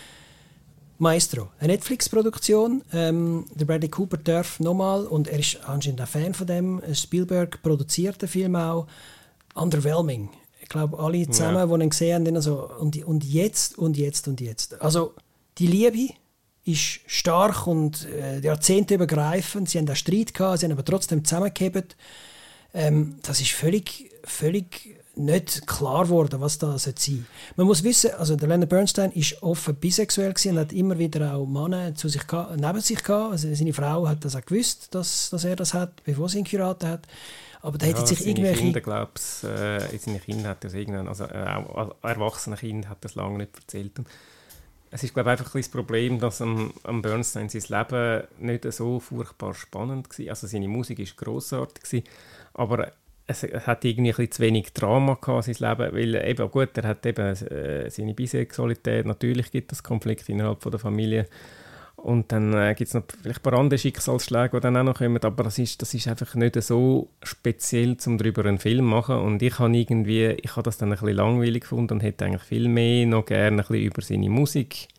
Maestro, eine Netflix-Produktion. Ähm, der Bradley Cooper darf nochmal, und er ist anscheinend ein Fan von dem, Spielberg produziert den Film auch, Underwhelming. Ich glaube, alle zusammen, ja. die ihn gesehen haben, so, und, und jetzt, und jetzt, und jetzt. Also, die Liebe ist stark und äh, jahrzehnteübergreifend. Sie haben einen Streit gehabt, sie haben aber trotzdem zusammengehebt. Ähm, das ist völlig, völlig nicht klar geworden, was da sein soll. Man muss wissen, also der Leonard Bernstein ist offen bisexuell gewesen und hat immer wieder auch Männer zu sich gehabt, neben sich gehabt. Also seine Frau hat das auch gewusst, dass, dass er das hat, bevor sie ihn geheiratet hat. Aber da ja, hätte sich seine irgendwelche... Kinder, glaub's, äh, seine Kinder hat das irgendwann, also äh, auch erwachsene Kinder hat das lange nicht erzählt. Und es ist, glaube ich, einfach ein das Problem, dass am, am Bernstein sein Leben nicht so furchtbar spannend war. Also seine Musik war grossartig, aber es hat irgendwie ein bisschen zu wenig Drama gehabt, sein Leben, weil eben, gut, er hat eben äh, seine Bisexualität, natürlich gibt es Konflikte innerhalb von der Familie und dann äh, gibt es noch vielleicht ein paar andere Schicksalsschläge, die dann auch noch kommen, aber das ist, das ist einfach nicht so speziell, um darüber einen Film zu machen und ich habe irgendwie, ich habe das dann ein bisschen langweilig gefunden und hätte eigentlich viel mehr noch gerne ein bisschen über seine Musik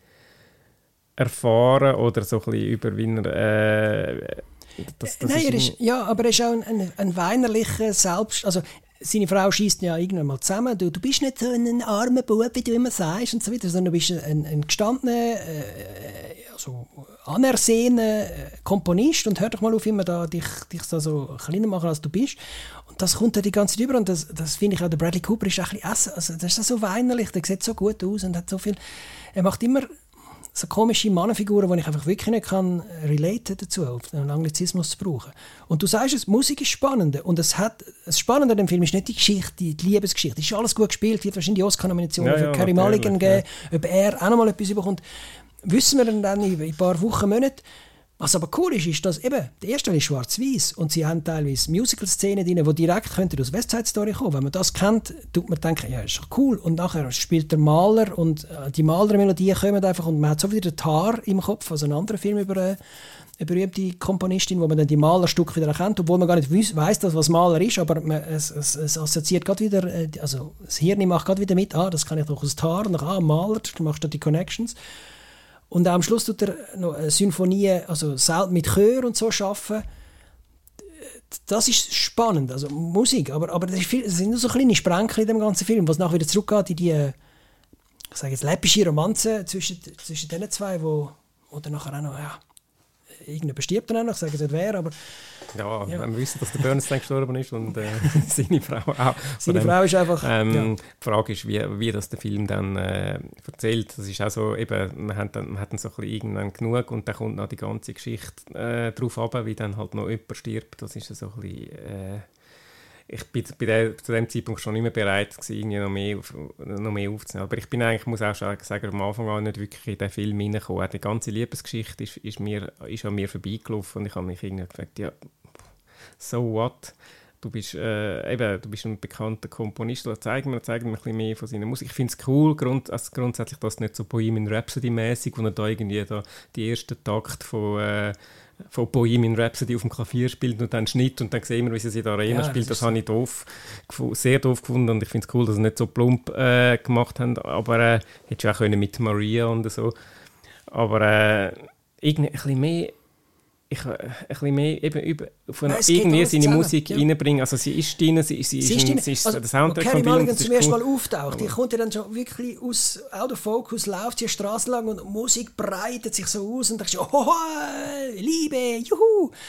erfahren oder so ein bisschen über, wie er äh, Das, das Nein, ist er ist, ja, aber er ist auch ein, ein, ein weinerlicher Selbst... Also, seine Frau schießt ja irgendwann mal zusammen. Du, du bist nicht so ein armer Bub, wie du immer sagst, und so weiter, sondern du bist ein, ein gestandener, äh, also anersehener Komponist und hör doch mal auf, immer da, dich, dich da so kleiner machen, als du bist. Und das kommt dann die ganze Zeit über und das, das finde ich auch, der Bradley Cooper ist auch ein bisschen, also, das ist so weinerlich, der sieht so gut aus und hat so viel... Er macht immer... so komische Mannenfiguren, die ich einfach wirklich nicht kann relaten dazu, auf einen Anglizismus zu brauchen. Und du sagst es, Musik ist spannend. Und es hat, das Spannende an dem Film ist nicht die Geschichte, die, die Liebesgeschichte. Es ist alles gut gespielt, wird wahrscheinlich Oscar-Nominationen ja, für ja, Carey Mulligan geben, ja. ob er auch noch mal etwas bekommt. Wissen wir dann in ein paar Wochen, Monaten. Was aber cool ist, ist, dass eben, der erste ist schwarz-weiß und sie haben teilweise Musical-Szenen drin, die direkt aus West Side Story kommen. Wenn man das kennt, tut man denken, ja, ist doch cool. Und nachher spielt der Maler und äh, die Malermelodien kommen einfach und man hat so wieder den Tar im Kopf, also einen anderen Film über eine, eine berühmte Komponistin, wo man dann die Malerstücke wieder erkennt, obwohl man gar nicht weiss, dass was Maler ist, aber man, es, es, es assoziiert gerade wieder, äh, also das Hirn macht gerade wieder mit, ah, das kann ich doch aus Tar und dann, ah, Maler, du machst da die Connections. Und am Schluss tut er noch eine Symphonie, also mit Chör und so arbeiten. Das ist spannend, also Musik, aber, aber das, ist viel, das sind nur so kleine Sprenkel in dem ganzen Film, was nachher wieder zurückgeht in die, ich sage jetzt, läppische Romanze zwischen, zwischen den zwei, wo, wo dann nachher auch noch, ja, irgendjemand stirbt dann auch noch, ich sage jetzt nicht wer, aber... Ja, ja. Wenn wir wissen, dass der Bernstein gestorben ist und äh, seine Frau auch. Seine dem, Frau ist einfach... Ähm, ja. Die Frage ist, wie, wie das der Film dann äh, erzählt. Das ist auch so, eben, man hat dann, man hat dann so ein bisschen irgendwann genug und dann kommt noch die ganze Geschichte äh, drauf ab, wie dann halt noch jemand stirbt. Das ist so ein bisschen... Äh, ich bin bei der, zu dem Zeitpunkt schon nicht mehr bereit gewesen, irgendwie noch mehr, auf, noch mehr aufzunehmen. Aber ich bin eigentlich, muss auch schon sagen, am Anfang an nicht wirklich in den Film hineingekommen. Die ganze Liebesgeschichte ist, ist, mir, ist an mir vorbeigelaufen und ich habe mich irgendwie gefragt, ja, so what? Du bist, äh, eben, du bist ein bekannter Komponist, zeig mir, zeig mir ein bisschen mehr von seiner Musik. Ich finde es cool, grund, also grundsätzlich das nicht so Bohemian Rhapsody-mäßig, wo er da irgendwie da die ersten Takt von... Äh, von Bohemian Rhapsody auf dem Klavier spielt und dann Schnitt und dann sehen wir, wie sie in der Arena ja, spielt. Das, das habe ich doof, sehr doof gefunden und ich finde es cool, dass sie nicht so plump äh, gemacht haben, aber äh, hätte ich auch können mit Maria und so. Aber äh, irgendwie ein bisschen mehr ich äh, ein bisschen mehr eben über, von Nein, irgendwie seine zusammen. Musik ja. reinbringen. Also sie ist drin, sie, sie, sie ist, ist, ein, sie ist also, der Soundtrack von Carey Mulligan zum ersten cool. Mal auftaucht, die kommt ja dann schon wirklich aus out of focus, läuft die Straße lang und Musik breitet sich so aus und denkst, oh, Liebe, juhu!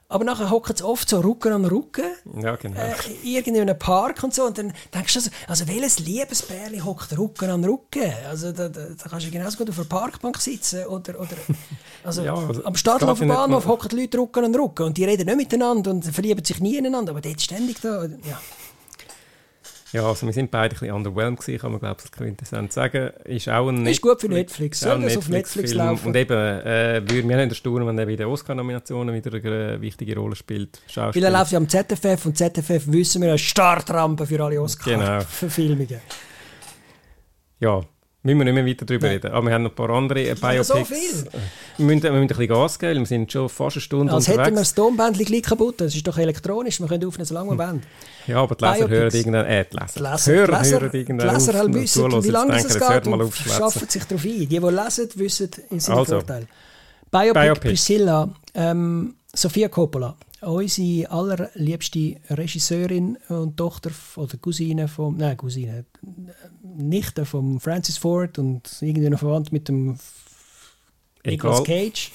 aber nachher hocken sie oft so Rücken an Rücken, ja, genau. äh, irgendwie in einem Park und so, und dann denkst du also, also welches Liebespärchen hockt Rücken an Rücken? Also da, da, da kannst du genauso gut auf einer Parkbank sitzen oder, oder also, ja, also am Stadthof Bahnhof hocken die Leute Rücken an Rücken und die reden nicht miteinander und verlieben sich nie ineinander, aber dort ständig da, ja. Ja, also wir sind beide ein bisschen underwhelmed gewesen, kann man glaube ich quintessent sagen. Ist auch ein Netflix, ist gut für Netflix, soll das auf Netflix Film. laufen. Und eben, äh, würde mich nicht erstaunen, wenn er bei den Oscar-Nominationen wieder eine wichtige Rolle spielt. Weil er läuft ja am Z F F und Z F F wissen wir, eine Startrampe für alle Oscar-Verfilmungen. Genau. Ja, müssen wir nicht mehr weiter darüber Nein. reden. Aber wir haben noch ein paar andere äh, Biopics. So viel. Wir müssen, wir müssen ein bisschen Gas geben, wir sind schon fast eine Stunde Als unterwegs. hätten wir das Tonbändchen gleich kaputt. Das ist doch elektronisch, wir können aufnehmen, solange wir wollen. Ja, aber die Leser hören irgendwann... Äh, die Leser. Die Leser, hören, Leser, hören irgendwann Die Leser auf, wissen, wie lange denken, es geht und schaffen sich darauf ein. Die, die lesen, wissen in seinem also, Vorteil. Biopic, Biopic. Priscilla, ähm, Sofia Coppola. Unsere allerliebste Regisseurin und Tochter oder Cousine vom... Nein, Cousine. Nichte von Francis Ford und irgendwie noch verwandt mit dem Nicolas Cage.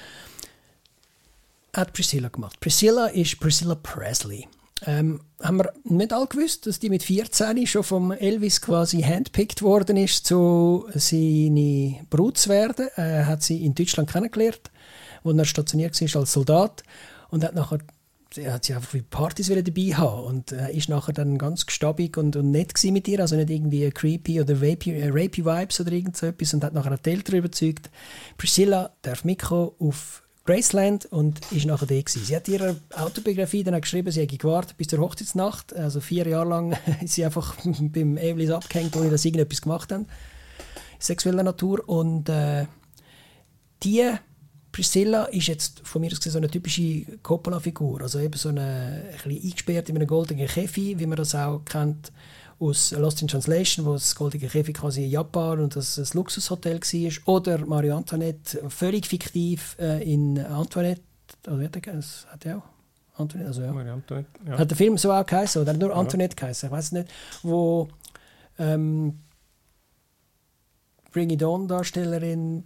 Hat Priscilla gemacht. Priscilla ist Priscilla Presley. Ähm, haben wir nicht alle gewusst, dass die mit vierzehn schon vom Elvis quasi handpicked worden ist, so seine Brut zu werden. Er hat sie in Deutschland kennengelernt, wo er stationiert war als Soldat und hat nachher er hat sie einfach wie Partys dabei haben und er äh, ist nachher dann ganz gestabig und, und nett gewesen mit ihr, also nicht irgendwie creepy oder rapey, äh, rapey Vibes oder irgend so etwas und hat nachher die Eltern überzeugt, Priscilla darf mitkommen auf Graceland und ist nachher da gewesen. Sie hat ihre Autobiografie dann auch geschrieben, sie hätte gewartet bis zur Hochzeitsnacht, also vier Jahre lang ist sie einfach beim Elvis abgehängt, ohne dass sie irgendetwas gemacht haben, sexueller Natur und äh, die Priscilla ist jetzt von mir aus gesehen so eine typische Coppola-Figur, also eben so eine, ein bisschen eingesperrt in einem goldenen Käfig, wie man das auch kennt aus Lost in Translation, wo das goldene Käfig quasi in Japan und das ein Luxushotel war, oder Marie Antoinette, völlig fiktiv äh, in Antoinette, oder wie hat der, das hat er auch? Antoinette, also ja. Marie Antoinette, ja. Hat der Film so auch geheißen, oder hat nur Antoinette ja. geheißen, ich weiß nicht, wo ähm, Bring It On Darstellerin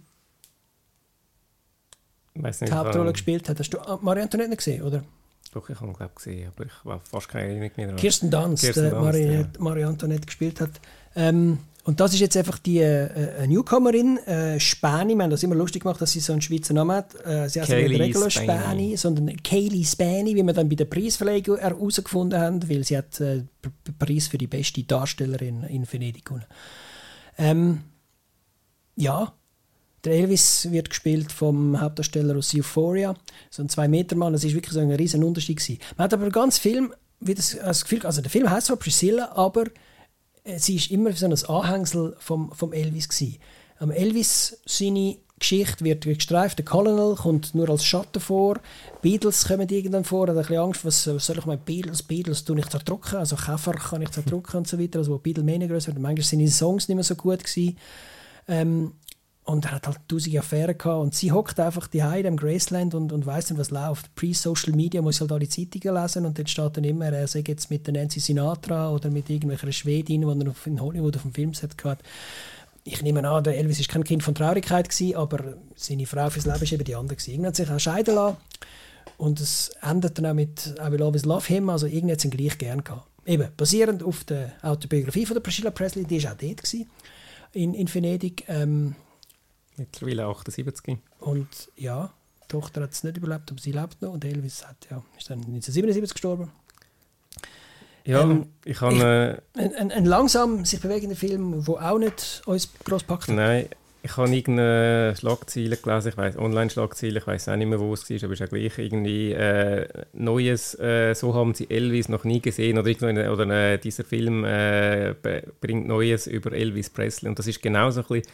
Nicht, die Hauptrolle gespielt hat. Hast du Marie Antoinette gesehen, oder? Doch, ich habe ihn gesehen, aber ich war fast keine Erinnerung mehr daran. Kirsten Dunst, Kirsten die Dunst, Marie, ja. Marie Antoinette gespielt hat. Ähm, und das ist jetzt einfach die äh, Newcomerin, äh, Späni. Wir haben das immer lustig gemacht, dass sie so einen Schweizer Namen hat. Äh, sie heißt nicht Regular Späni, sondern Kaylee Späni, wie wir dann bei der Preisverleihung herausgefunden haben, weil sie hat äh, den Preis für die beste Darstellerin in Venedig gewonnen. Ähm, ja, der Elvis wird gespielt vom Hauptdarsteller aus Euphoria, so ein Zwei-Meter-Mann. Das war wirklich so ein riesen Unterschied gewesen. Man hat aber ganz Film, wie das, das Gefühl, also der Film heißt zwar Priscilla, aber äh, sie ist immer so ein Anhängsel vom, vom Elvis gewesen. Am Elvis seine Geschichte wird gestreift. Der Colonel kommt nur als Schatten vor. Beatles kommen irgendwann vor. Er hat ein bisschen Angst, was, was soll ich mal Beatles, Beatles tue ich zerdrücken, also Käfer kann ich zerdrücken und so weiter. Also wo Beatlemania grösser wird. Manchmal sind die Songs nicht mehr so gut gewesen. Ähm, Und er hat halt tausende Affären gehabt. Und sie hockt einfach daheim im Graceland und, und weiss nicht, was läuft. Pre-Social Media muss halt alle Zeitungen lesen. Und dort steht dann immer, er sei jetzt mit der Nancy Sinatra oder mit irgendwelcher Schwedin, die er in Hollywood auf dem Filmset hatte. Ich nehme an, der Elvis war kein Kind von Traurigkeit gewesen, aber seine Frau fürs Leben war eben die andere gewesen. Irgendwann hat sich auch scheiden lassen. Und es endet dann auch mit I Will Always Love Him. Also irgendwie hat es ihn gleich gern gehabt. Eben, basierend auf der Autobiografie von der Priscilla Presley, die war auch dort gewesen, in, in Venedig. Ähm, Mittlerweile achtundsiebzig. Und ja, die Tochter hat es nicht überlebt, aber sie lebt noch. Und Elvis hat, ja, ist dann neunzehnhundertsiebenundsiebzig gestorben. Ja, ähm, ich habe... Äh, ein, ein, ein langsam sich bewegender Film, der auch nicht uns gross packt. Nein, ich habe irgendeine Schlagzeile gelesen, ich weiss, Online-Schlagzeile, ich weiß auch nicht mehr, wo es war, aber es ist ja gleich irgendwie äh, Neues, äh, so haben sie Elvis noch nie gesehen, oder, irgendeine, oder äh, dieser Film äh, bringt Neues über Elvis Presley. Und das ist genau so ein bisschen...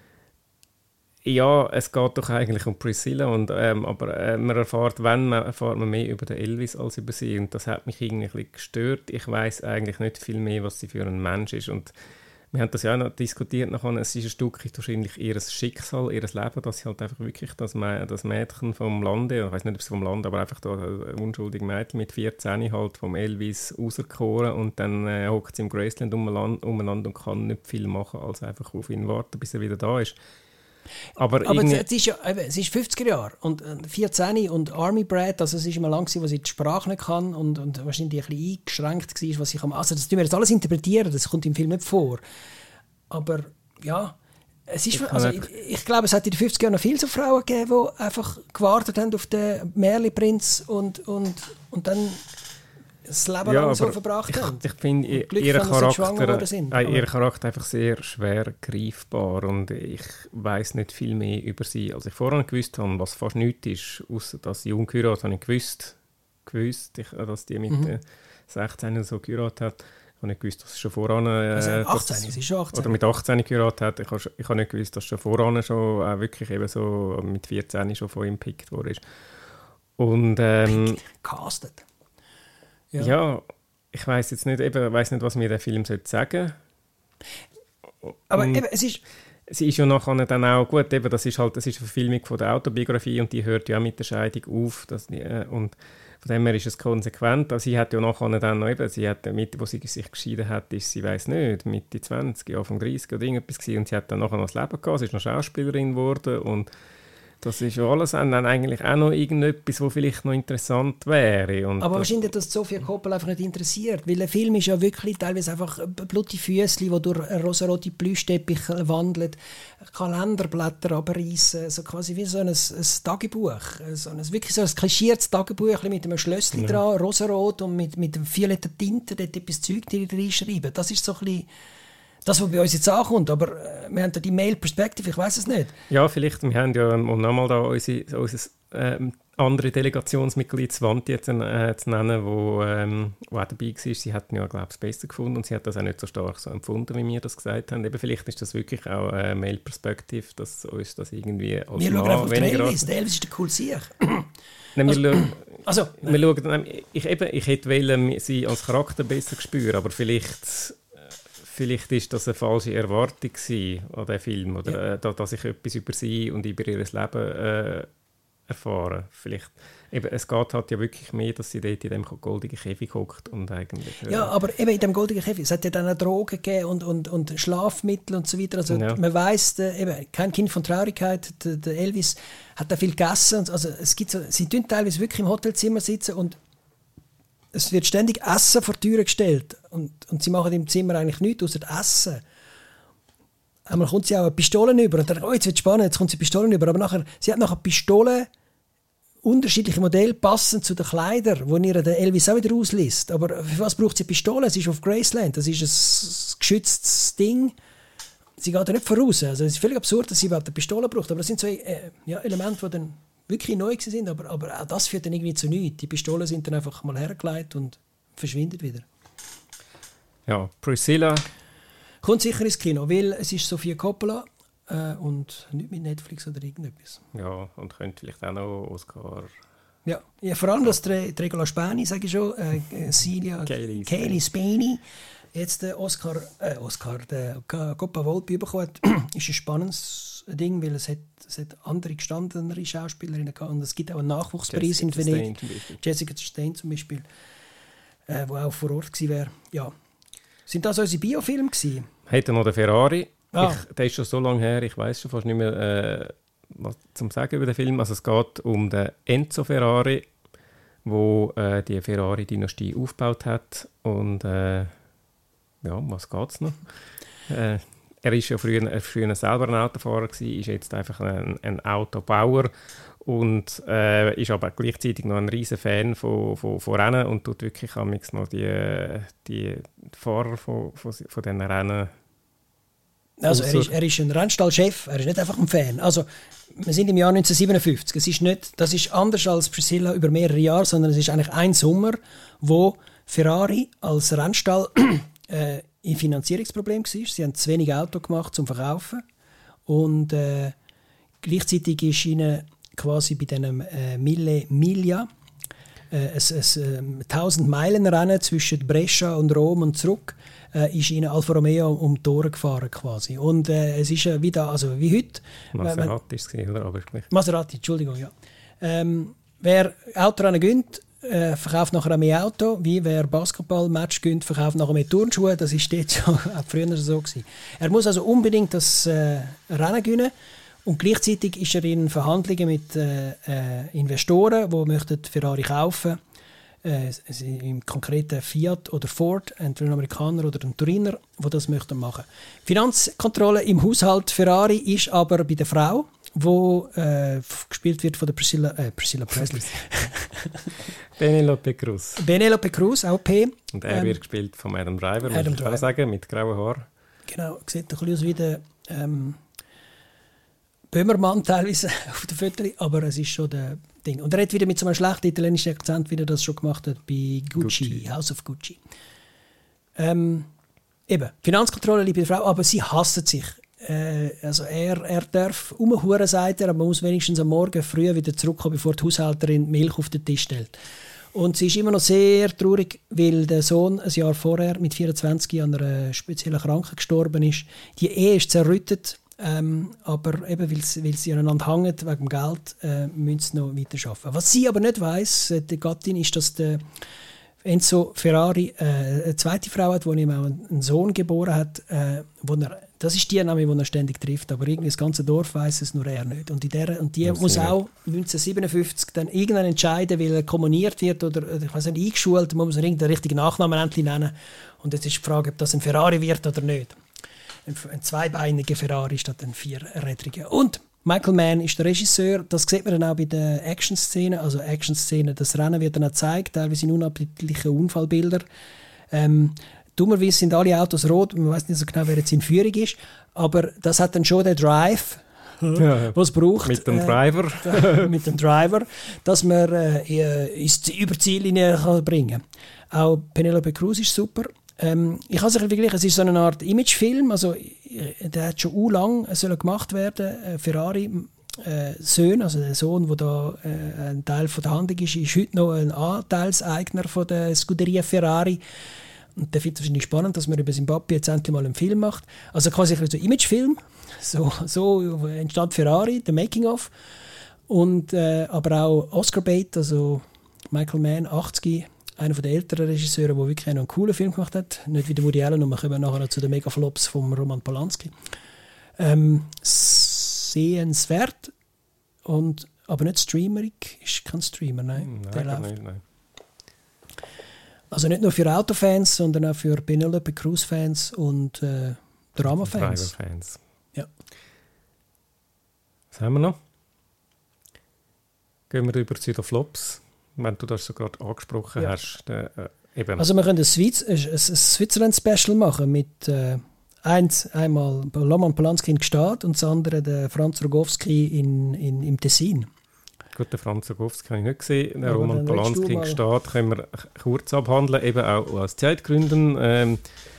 Ja, es geht doch eigentlich um Priscilla, und, ähm, aber äh, man erfährt, wenn man erfährt man mehr über den Elvis als über sie, und das hat mich irgendwie ein bisschen gestört. Ich weiß eigentlich nicht viel mehr, was sie für ein Mensch ist, und wir haben das ja auch noch diskutiert nachher. Es ist ein Stück wahrscheinlich ihr Schicksal, ihr Leben, dass sie halt einfach wirklich das, das Mädchen vom Lande, ich weiß nicht, ob es vom Lande, aber einfach da ein unschuldiges Mädchen mit vierzehn halt vom Elvis rausgekoren, und dann äh, hockt sie im Graceland umeinander und kann nicht viel machen, als einfach auf ihn warten, bis er wieder da ist. Aber, aber es ist ja, es ist fünfziger Jahre und vierzehn und Army Brat, also es ist immer lang gewesen, wo sie die Sprache nicht kann und, und wahrscheinlich ein bisschen eingeschränkt war, was ich kann. Also das tun wir jetzt alles interpretieren, das kommt im Film nicht vor. Aber ja, es ist, ich, also, ich, ich glaube, es hat in den fünfziger Jahren noch viele so Frauen gegeben, die einfach gewartet haben auf den Merli-Prinz und, und, und dann das Leben ja, lang so verbracht haben. Ich, ich finde ihr Charakter, äh, ihr Charakter einfach sehr schwer greifbar und ich weiss nicht viel mehr über sie, als ich vorher gewusst habe, was fast nichts ist, außer dass sie jung geheiratet habe ich gewusst, gewusst ich, dass die mit mhm. sechzehn so geheiratet hat. Ich habe nicht gewusst, dass sie schon voran... Äh, also achtzehn, sie ist schon achtzehn. Oder mit achtzehn geheiratet hat. Ich habe, ich habe nicht gewusst, dass schon voran schon äh, wirklich eben so mit vierzehn schon von ihm gepickt wurde. Und... Ähm, Castet. Ja. ja, ich weiss jetzt nicht, eben, weiss nicht, was mir der Film sagen sollte. Aber eben, es ist... Sie ist ja nachher dann auch... Gut, eben, das ist halt das ist eine Verfilmung von der Autobiografie und die hört ja auch mit der Scheidung auf. Das, äh, und von dem her ist es konsequent. Also sie hat ja nachher dann noch eben... Sie hat Mitte, wo sie sich geschieden hat, ist sie, weiss nicht, Mitte zwanzig, Anfang dreißig oder irgendetwas gewesen. Und sie hat dann nachher noch das Leben gehabt. Sie ist noch Schauspielerin geworden und... Das ist ja alles dann eigentlich auch noch irgendetwas, was vielleicht noch interessant wäre. Und aber wahrscheinlich hat das Sofia Coppola einfach nicht interessiert, weil der Film ist ja wirklich teilweise einfach blutige Füßchen, die durch rosarote Plüschteppich wandelt, Kalenderblätter abreißen, so quasi wie so ein, ein Tagebuch, so ein, wirklich so ein klischiertes Tagebuch mit einem Schlösschen ja. dran, rosarot und mit, mit einem violetten Tinte dort etwas Zeug reinschreiben. Das ist so ein bisschen... Das, was bei uns jetzt ankommt, aber äh, wir haben da die Male-Perspektive, ich weiß es nicht. Ja, vielleicht, wir haben ja, um nochmal da unsere, unser ähm, andere Delegationsmitglied Swanti jetzt äh, zu nennen, wo, ähm, wo auch dabei war, sie hat ja, glaube ich, das Beste gefunden und sie hat das auch nicht so stark so empfunden, wie wir das gesagt haben. Eben, vielleicht ist das wirklich auch eine Male-Perspektive, dass uns das irgendwie als wir Mann schauen einfach auf den weniger... Elvis, der Elvis ist der cool Sieg. Nein, wir, also, schauen, also, wir schauen, ich, eben, ich hätte wollen, sie als Charakter besser spüren, aber vielleicht... Vielleicht ist das eine falsche Erwartung an diesen Film, oder ja. äh, dass ich etwas über sie und über ihr Leben äh, erfahre. Vielleicht, eben, es geht halt ja wirklich mehr, dass sie dort in dem goldenen Käfig hockt und eigentlich... Äh, ja, aber eben in dem goldenen Käfig, es hat ja dann auch Drogen gegeben und, und, und Schlafmittel und so weiter. Also ja. man weiss, der, eben, kein Kind von Traurigkeit, der, der Elvis hat da viel gegessen. Und, also es gibt so, sie tun teilweise wirklich im Hotelzimmer sitzen und es wird ständig Essen vor die Tür gestellt und, und sie machen im Zimmer eigentlich nichts außer Essen. Einmal kommt sie auch eine Pistole über und dann, oh, jetzt wird es spannend, jetzt kommt sie Pistolen über, aber nachher, sie hat nachher Pistolen, unterschiedliche Modelle, passend zu den Kleidern, wo ihr der Elvis auch wieder ausliest. Aber für was braucht sie Pistolen? Es ist auf Graceland, das ist ein geschütztes Ding. Sie geht da nicht voraus. Also es ist völlig absurd, dass sie überhaupt eine Pistole braucht, aber das sind so äh, ja, Elemente, die dann wirklich neu sind, aber, aber auch das führt dann irgendwie zu nichts. Die Pistolen sind dann einfach mal hergelegt und verschwinden wieder. Ja, Priscilla... Kommt sicher ins Kino, weil es ist Sofia Coppola äh, und nicht mit Netflix oder irgendetwas. Ja, und könnte vielleicht auch noch Oscar... Ja, ja vor allem das Regula Spani, sage ich schon, äh, Celia Kaylee Spani. Jetzt der Oscar, äh, Oscar, der Coppa Volpi bekommen hat, ist ein spannendes Ding, weil es hat, es hat andere gestandenere Schauspielerinnen gehabt und es gibt auch einen Nachwuchspreis in Venedig. Jessica Chastain zum Beispiel, äh, wo auch vor Ort gewesen wäre. Ja. Sind das unsere Biofilme gewesen? Hätte noch den Ferrari. Ah. Ich, der ist schon so lange her, ich weiß schon fast nicht mehr, äh, was zum sagen über den Film. Also es geht um den Enzo Ferrari, wo äh, die Ferrari-Dynastie aufgebaut hat und äh, ja, um was geht es noch? Äh, er war ja früher, äh, früher selber ein Autofahrer gewesen, ist jetzt einfach ein, ein Autobauer und äh, ist aber gleichzeitig noch ein riesen Fan von, von, von Rennen und tut wirklich noch die, die Fahrer von, von, von diesen Rennen. Also er ist, er ist ein Rennstallchef, er ist nicht einfach ein Fan. Also wir sind im Jahr neunzehnhundertsiebenundfünfzig. Es ist nicht, das ist anders als Priscilla über mehrere Jahre, sondern es ist eigentlich ein Sommer, wo Ferrari als Rennstall äh, in Finanzierungsproblem war. Sie haben zu wenig Auto gemacht zum Verkaufen und äh, gleichzeitig ist ihnen quasi bei diesem äh, Mille Miglia äh, ein tausend-Meilen-Rennen zwischen Brescia und Rom und zurück äh, ist ihnen Alfa Romeo um die Tore gefahren quasi. Und äh, es ist äh, wie, da, also wie heute. Maserati ist es, oder? Aber Maserati, Entschuldigung, ja. Ähm, wer Autorennen gönnt, äh, verkauft nachher mehr Auto, wie wer Basketball-Match gönnt, verkauft nachher mehr Turnschuhe. Das ist dort schon früher so gewesen. Er muss also unbedingt das äh, Rennen gewinnen. Und gleichzeitig ist er in Verhandlungen mit äh, äh, Investoren, die möchten Ferrari kaufen äh, im konkreten Fiat oder Ford, entweder ein Amerikaner oder ein Turiner, die das möchten machen. Finanzkontrolle im Haushalt Ferrari ist aber bei der Frau, wo äh, gespielt wird von der Priscilla, äh, Priscilla Presley. Penelope Cruz. Penelope Cruz, auch P. Und er ähm, wird gespielt von Adam Driver, muss Adam ich Driver. auch sagen, mit grauen Haaren. Genau, sieht ein bisschen aus wie der ähm, Böhmermann teilweise auf den Fotos, aber es ist schon der Ding. Und er hat wieder mit so einem schlechten italienischen Akzent, wie er das schon gemacht hat bei Gucci, Gucci. House of Gucci. Ähm, eben, Finanzkontrolle liebe Frau, aber sie hassen sich. Äh, also er, er darf umhuren, sagt er, aber man muss wenigstens am Morgen früh wieder zurückkommen, bevor die Haushälterin Milch auf den Tisch stellt. Und sie ist immer noch sehr traurig, weil der Sohn ein Jahr vorher mit vierundzwanzig an einer speziellen Krankheit gestorben ist. Die Ehe ist zerrüttet. Ähm, aber eben, weil sie, weil sie aneinander hängen, wegen dem Geld, äh, müssen sie noch weiterarbeiten. Was sie aber nicht weiss, äh, die Gattin, ist, dass der Enzo Ferrari äh, eine zweite Frau hat, die ihm auch einen Sohn geboren hat. Äh, wo er, das ist die Name, die er ständig trifft, aber irgendwie das ganze Dorf weiss es, nur er nicht. Und, in der, und die das muss auch neunzehnhundertsiebenundfünfzig dann irgendwann entscheiden, weil er kommuniert wird oder, oder ich weiss nicht, eingeschult, man muss er irgendeinen richtigen Nachnamen endlich nennen. Und jetzt ist die Frage, ob das ein Ferrari wird oder nicht. Ein zweibeiniger Ferrari statt ein vierrädriger. Und Michael Mann ist der Regisseur. Das sieht man dann auch bei den Action-Szenen. Also Action-Szenen, das Rennen wird dann auch gezeigt, teilweise in unappetitlichen Unfallbildern. Ähm, dummerweise sind alle Autos rot. Man weiß nicht so genau, wer jetzt in Führung ist. Aber das hat dann schon den Drive, ja, was es braucht. Mit dem Driver. Äh, mit dem Driver, dass man äh, ins Überziellinie kann bringen kann. Auch Penelope Cruz ist super. Ähm, ich kann es vergleichen, es ist so eine Art Imagefilm, also der hat schon u lang soll gemacht werden. Äh, Ferrari äh, Sohn, also der Sohn, der da äh, ein Teil von der Handlung ist, ist heute noch ein Anteilseigner von der Scuderia Ferrari. Und der findet es wahrscheinlich spannend, dass man über sein Papi jetzt endlich mal einen Film macht. Also quasi so ein Imagefilm, so, so entstand Ferrari, der Making-of. Und äh, aber auch Oscar-Bait, also Michael Mann, achtzig, einer der älteren Regisseure, der wirklich einen coolen Film gemacht hat. Nicht wie der Woody Allen, und wir kommen nachher noch zu den Megaflops von Roman Polanski. Ähm, sehenswert, und, aber nicht streamerig. Ist kein Streamer, nein. nein, der läuft. Nicht, nein. Also nicht nur für Autofans, sondern auch für Penelope Cruz-Fans und äh, Drama-Fans. Driver-Fans. Ja. Was haben wir noch? Gehen wir über zu den Flops. Wenn du das so gerade angesprochen ja. hast. Der, äh, eben. Also wir können ein, Schweiz, ein, ein Switzerland-Special machen mit äh, eins, einmal Roman Polanski in Gstaad und das andere der Franz Rogowski in, in, im Tessin. Gut, den Franz Rogowski habe ich nicht gesehen. Den ja, Roman Polanski in Gstaad können wir kurz abhandeln, eben auch aus Zeitgründen. Ähm,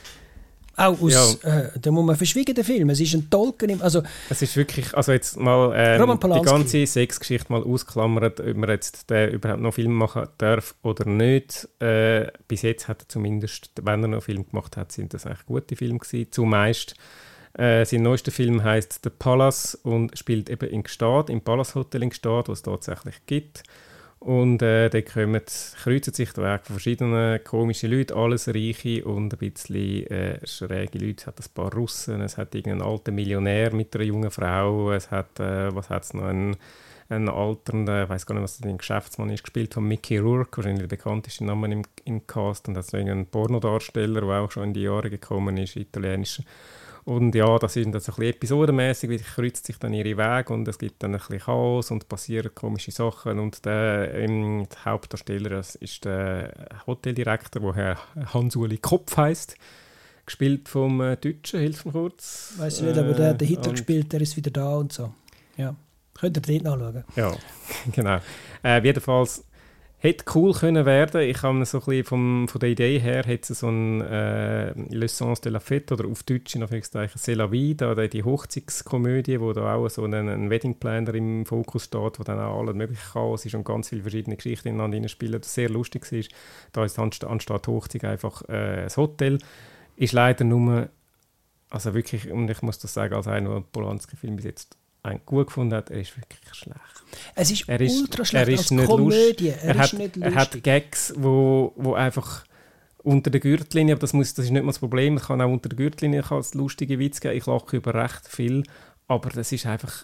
Auch aus, ja. äh, da muss man verschwiegen, den Film. Es ist ein Tolkien. Im, also es ist wirklich, also jetzt mal ähm, die ganze Sexgeschichte mal ausklammert, ob man jetzt den überhaupt noch Film machen darf oder nicht. Äh, bis jetzt hat er zumindest, wenn er noch Film gemacht hat, sind das eigentlich gute Filme gewesen. Zumeist äh, sein neuester Film heisst «The Palace» und spielt eben in Gstaad, im Palace Hotel in Gstaad, was es tatsächlich gibt. Und äh, da kommen, kreuzen sich der Weg von verschiedenen komischen Leuten, alles Reiche und ein bisschen äh, schräge Leute. Es hat ein paar Russen, es hat irgendeinen alten Millionär mit einer jungen Frau, es hat, äh, was hat es noch, einen, einen alternden, ich weiß gar nicht, was das ein Geschäftsmann ist, gespielt von Mickey Rourke, wahrscheinlich der bekannteste Name im, im Cast. Und es hat irgendeinen Pornodarsteller, der auch schon in die Jahre gekommen ist, italienischer. Und ja, das ist dann so ein bisschen episodenmässig, wie kreuzt sich dann ihre Wege und es gibt dann ein bisschen Chaos und passieren komische Sachen. Und der, ähm, der Hauptdarsteller, das ist der Hoteldirektor, der Herr Hans-Uli Kopf heisst, gespielt vom äh, Deutschen, hilf mir kurz. Weiß ich nicht, aber der hat den Hitler gespielt, der ist wieder da und so. Ja, könnt ihr dort nachschauen. Ja, genau. Äh, jedenfalls hätte cool können werden. Ich habe so ein bisschen vom, von der Idee her hätte es so ein äh, L'essence de la Fête oder auf Deutsch in Anführungszeichen C'est la vie, da die Hochzeitskomödie, wo da auch so ein, ein Wedding Planner im Fokus steht, wo dann auch alles mögliche Chaos ist und ganz viele verschiedene Geschichten ineinander spielen, das sehr lustig ist. Da ist anstatt, anstatt Hochzeit einfach äh, das Hotel. Ist leider nur, also wirklich, und ich muss das sagen, als einer, der Polanski-Film bis jetzt einen gut gefunden hat, er ist wirklich schlecht. Es ist, er ist ultra schlecht er ist als nicht Komödie. Er, er, hat, ist nicht er hat Gags, wo, wo einfach unter der Gürtellinie, aber das, muss, das ist nicht mal das Problem, es kann auch unter der Gürtellinie kann es lustige Witze geben, ich lache über recht viel, aber das ist einfach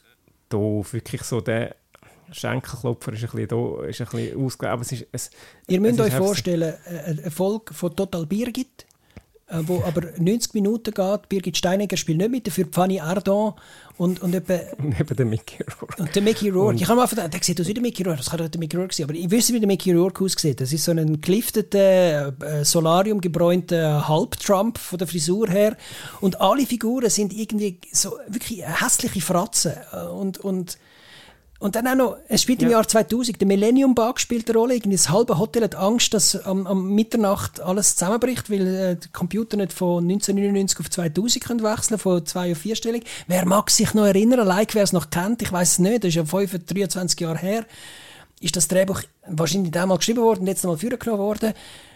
da wirklich so der Schenkelklopfer ist ein bisschen, da, ist ein bisschen ausgelegt. Aber es ist, es, Ihr müsst es euch vorstellen, eine Folge von Total Birgit, wo aber neunzig Minuten geht. Birgit Steinegger spielt nicht mit, dafür Fanny Ardant und, und etwa... Und eben der Mickey Rourke. Und der Mickey Rourke. Ich habe mal gedacht, der sieht aus wie der Mickey Rourke. Das kann doch der Mickey Rourke sein. Aber ich wüsste, wie der Mickey Rourke aussieht. Das ist so ein gelifteter, äh, Solarium gebräunter Halbtrump von der Frisur her. Und alle Figuren sind irgendwie so wirklich hässliche Fratzen. Und... und Und dann auch noch, es spielt im ja. Jahr zweitausend, der Millennium Bug spielt eine Rolle. Irgendwie das halbe Hotel hat Angst, dass am, am Mitternacht alles zusammenbricht, weil äh, der Computer nicht von neunzehnhundertneunundneunzig auf zweitausend können wechseln, von zwei auf vierstellig. Wer mag sich noch erinnern, like, wer es noch kennt, ich weiß es nicht, das ist ja fünfundzwanzig, dreiundzwanzig Jahre her, ist das Drehbuch wahrscheinlich damals geschrieben worden und jetzt nochmal vorgenommen worden.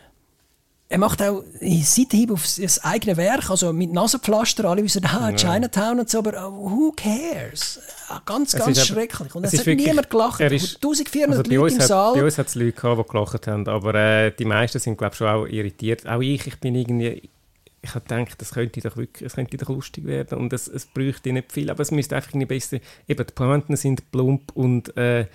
Er macht auch Seitenhieb auf das eigene Werk, also mit Nasenpflaster, alle wissen, ah, ja. Chinatown und so, aber uh, who cares? Ganz, ganz es schrecklich. Und es, es hat wirklich, niemand gelacht. eintausendvierhundert also Leute im hat, Saal. Bei uns hat es Leute gehabt, die gelacht haben, aber äh, die meisten sind, glaube ich, schon auch irritiert. Auch ich, ich bin irgendwie... Ich habe gedacht, das könnte doch wirklich, es könnte doch lustig werden und es, es bräuchte nicht viel, aber es müsste einfach nicht besser... Eben, die Pointen sind plump und... Äh,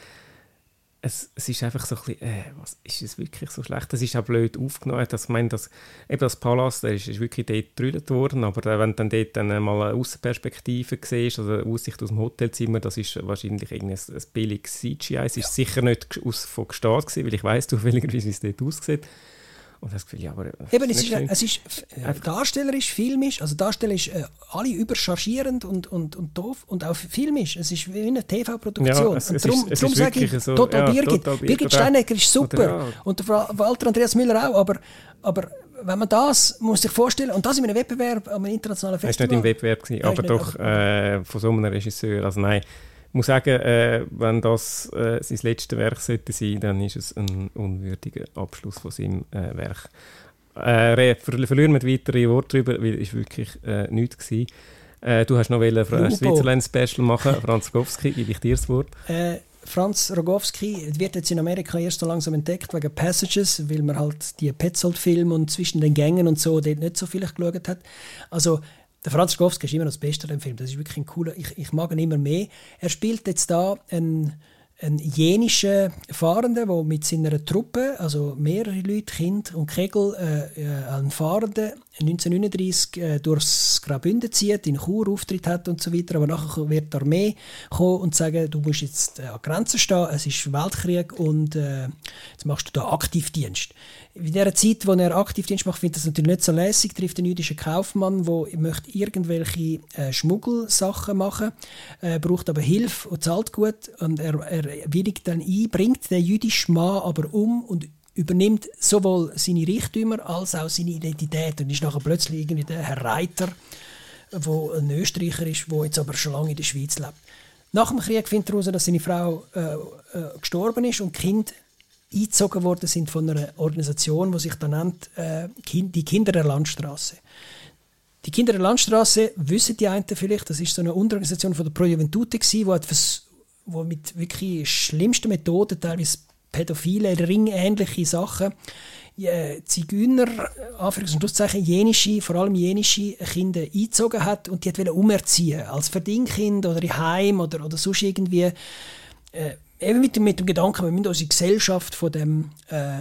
Es, es ist einfach so ein bisschen, äh, was, ist es wirklich so schlecht? Das ist auch blöd aufgenommen. Das, ich meine, das, eben das Palast, der ist, ist wirklich dort gedrüllt worden, aber äh, wenn du dann dort dann mal eine Aussenperspektive siehst, also eine Aussicht aus dem Hotelzimmer, das ist wahrscheinlich ein, ein billiges C G I. Es ist ja. sicher nicht aus, von Gestalt gewesen, weil ich weiss zufälligerweise, wie es dort aussieht. Und das Gefühl, ja, aber... Eben, es ist, es ist äh, darstellerisch, filmisch, also darstellerisch äh, alle überchargierend und, und, und doof und auch filmisch. Es ist wie eine T V-Produktion. Ja, es, und es darum, ist, darum sage ich, so, Total ja, Birgit. Total Birgit. Birgit Steinegger ist super. Oder, ja. Und der Walter Andreas Müller auch. Aber, aber wenn man das, muss sich vorstellen, und das in einem Wettbewerb, an einem internationalen Festival... Es war nicht im Wettbewerb, gewesen, aber nicht, doch äh, von so einem Regisseur. Also nein, ich muss sagen, äh, wenn das äh, sein letztes Werk sollte sein, dann ist es ein unwürdiger Abschluss von seinem äh, Werk. Äh, ver verlieren wir weitere Worte darüber, weil es wirklich äh, nichts war. Äh, du hast noch ein Switzerland-Special machen, Franz Rogowski, gebe ich dir das Wort. Äh, Franz Rogowski wird jetzt in Amerika erst so langsam entdeckt wegen Passages, weil man halt die Petzold-Filme und zwischen den Gängen und so dort nicht so viel geschaut hat. Also der Franz Rogowski ist immer noch das Beste an dem Film. Das ist wirklich ein cooler, ich, ich mag ihn immer mehr. Er spielt jetzt da einen ein jenischer Fahrender, der mit seiner Truppe, also mehrere Leute, Kind und Kegel, äh, äh, einen Fahrenden neunzehnhundertneununddreissig äh, durchs Graubünden zieht, in Chur Auftritt hat und so weiter, aber nachher wird die Armee kommen und sagen, du musst jetzt äh, an die Grenze stehen, es ist Weltkrieg und äh, jetzt machst du da Aktivdienst. In dieser Zeit, wo er Aktivdienst macht, findet das natürlich nicht so lässig, trifft einen jüdischen Kaufmann, der möchte irgendwelche äh, Schmuggelsachen machen, äh, braucht aber Hilfe und zahlt gut und er, er willigt dann ein, bringt den jüdischen Mann aber um und übernimmt sowohl seine Reichtümer als auch seine Identität und ist nachher plötzlich irgendwie der Herr Reiter, der ein Österreicher ist, der jetzt aber schon lange in der Schweiz lebt. Nach dem Krieg findet er heraus, dass seine Frau äh, äh, gestorben ist und die Kinder eingezogen worden sind von einer Organisation, die sich dann nennt äh, die Kinder der Landstraße. Die Kinder der Landstraße, wissen die einen vielleicht, das ist so eine Unterorganisation von der Pro Juventute gewesen, wo, etwas, wo mit wirklich schlimmsten Methoden, teilweise pädophile, ringähnliche Sachen, äh, Zigeuner, Anführungs- und Schlusszeichen, jenische, vor allem jenische Kinder eingezogen hat und die hat umerziehen als Verdingkind oder in Heim oder, oder sonst irgendwie. Äh, eben mit dem, mit dem Gedanken, wir müssen unsere Gesellschaft von dem äh,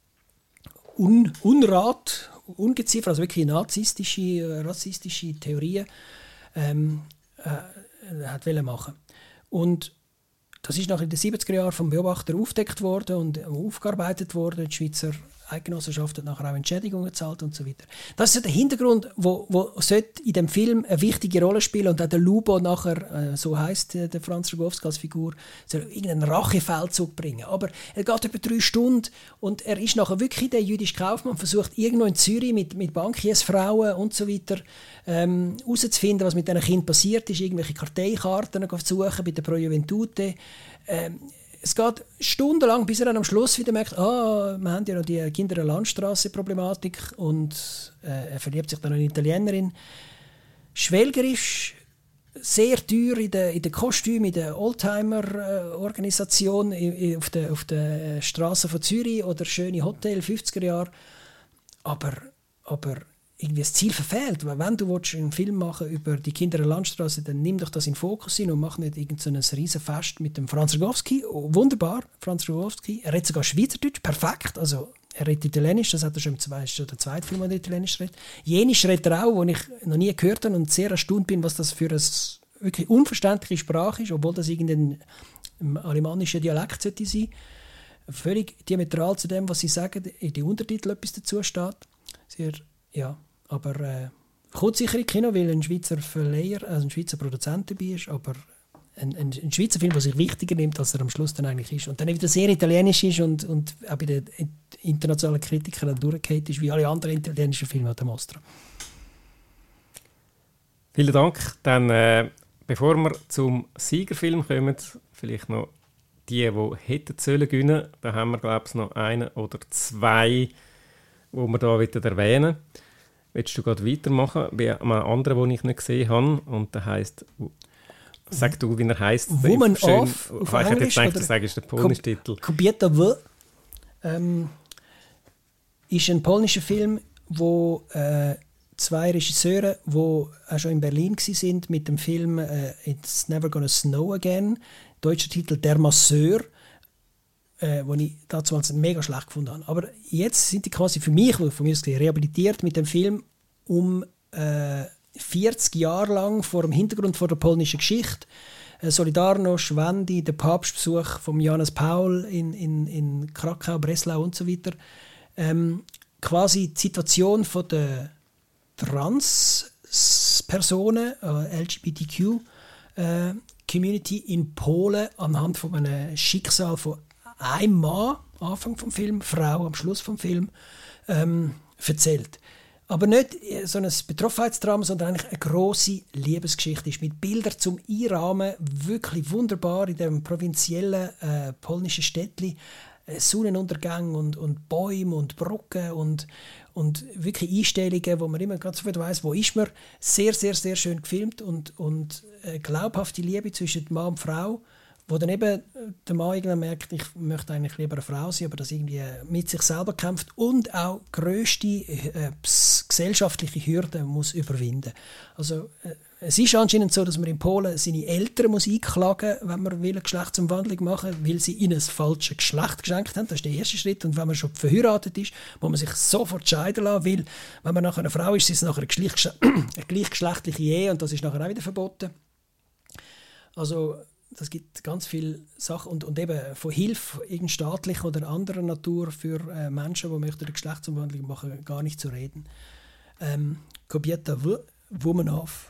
Un Unrat, Ungeziefer, also wirklich narzisstische, äh, rassistische Theorien ähm, äh, hat wollen machen. Und das ist nach in den siebziger Jahren vom Beobachter aufgedeckt worden und aufgearbeitet worden. Die Schweizer Eidgenossenschaft hat nachher auch Entschädigungen gezahlt und so weiter. Das ist ja der Hintergrund, wo, wo sollte in dem Film eine wichtige Rolle spielen und auch der Lubo nachher, äh, so heisst äh, der Franz Rogowski als Figur, soll irgendeinen Rachefeldzug bringen. Aber er geht über drei Stunden und er ist nachher wirklich der jüdische Kaufmann, versucht irgendwo in Zürich mit, mit Bankiersfrauen und so weiter ähm, herauszufinden, was mit diesen Kindern passiert ist, irgendwelche Karteikarten zu suchen bei der Pro Juventute. Ähm, Es geht stundenlang, bis er dann am Schluss wieder merkt, ah, wir haben ja noch die Kinder der Landstraße-Problematik und äh, er verliebt sich dann in eine Italienerin. Schwelgerisch, sehr teuer in den in de Kostümen, in der Oldtimer-Organisation äh, auf der auf de Straße von Zürich oder schöne Hotel, fünfziger Jahre. Aber, aber irgendwie das Ziel verfehlt. Weil wenn du willst, einen Film machen über die Kinder der Landstraße, dann nimm doch das in den Fokus hin und mach nicht irgendein so Riesenfest mit dem Franz Rogowski. Oh, wunderbar, Franz Rogowski. Er redet sogar Schweizerdeutsch, perfekt. Also, er redet Italienisch, das hat er schon im zweiten oder zweiten Film, wo er Italienisch redet. Jenisch redet er auch, wo ich noch nie gehört habe und sehr erstaunt bin, was das für eine wirklich unverständliche Sprache ist, obwohl das irgendein alemannischer Dialekt sollte sein. Völlig diametral zu dem, was sie sagen, in den Untertiteln etwas dazu steht. Sehr, ja, aber äh, kommt sicher in Kino, weil ein Schweizer Verleiher, also ein Schweizer Produzent dabei ist, aber ein, ein, ein Schweizer Film, der sich wichtiger nimmt, als er am Schluss dann eigentlich ist. Und dann wieder sehr italienisch ist und, und auch bei den internationalen Kritikern dann durchgehend ist, wie alle anderen italienischen Filme an der Mostra. Vielen Dank. Dann, äh, bevor wir zum Siegerfilm kommen, vielleicht noch die, die hätten sollen gewinnen. Da haben wir, glaube ich, noch einen oder zwei, die wir hier wieder erwähnen. Willst du gerade weitermachen bei einem anderen, den ich nicht gesehen habe? Und der heisst, sag du, wie er heisst. Woman Schön, Off auf ich hätte jetzt Englisch, gedacht, du sagst den polnischen Titel. Kobieta W. Ähm, ist ein polnischer Film, wo äh, zwei Regisseure, die auch schon in Berlin waren, mit dem Film äh, «It's Never Gonna Snow Again», deutscher Titel «Der Masseur», äh, den ich damals mega schlecht gefunden habe. Aber jetzt sind die quasi für mich, von mir aus rehabilitiert mit dem Film um äh, vierzig Jahre lang vor dem Hintergrund von der polnischen Geschichte. Äh, Solidarność, Wendy, der Papstbesuch von Johannes Paul in, in, in Krakau, Breslau und so weiter. Ähm, quasi die Situation von der Trans-Personen, äh, L G B T Q äh, Community in Polen anhand von einem Schicksal von einem Mann, Anfang vom Film, Frau am Schluss vom Film, ähm, erzählt. Aber nicht so ein Betroffenheitsdrama, sondern eigentlich eine grosse Liebesgeschichte ist mit Bildern zum Einrahmen, wirklich wunderbar in dem provinziellen äh, polnischen Städtli. Sonnenuntergang und, und Bäume und Brücken und, und wirklich Einstellungen, wo man immer ganz sofort weiss, wo ist man. Sehr, sehr, sehr schön gefilmt und, und äh, glaubhafte Liebe zwischen Mann und Frau, wo dann eben der Mann irgendwann merkt, ich möchte eigentlich lieber eine Frau sein, aber das irgendwie mit sich selber kämpft und auch grösste äh, gesellschaftliche Hürden muss überwinden. Also äh, es ist anscheinend so, dass man in Polen seine Eltern muss einklagen muss, wenn man will eine Geschlechtsumwandlung machen will, weil sie ihnen das falsche Geschlecht geschenkt haben. Das ist der erste Schritt. Und wenn man schon verheiratet ist, muss man sich sofort scheiden lassen, weil wenn man nachher eine Frau ist, ist es nachher eine, Gleichgesch- eine gleichgeschlechtliche Ehe und das ist nachher auch wieder verboten. Also das gibt ganz viele Sachen und, und eben von Hilfe irgend staatlicher oder anderer Natur für äh, Menschen, die möchten eine Geschlechtsumwandlung machen, gar nicht zu reden. Ähm, Kobieta W. Woman Off.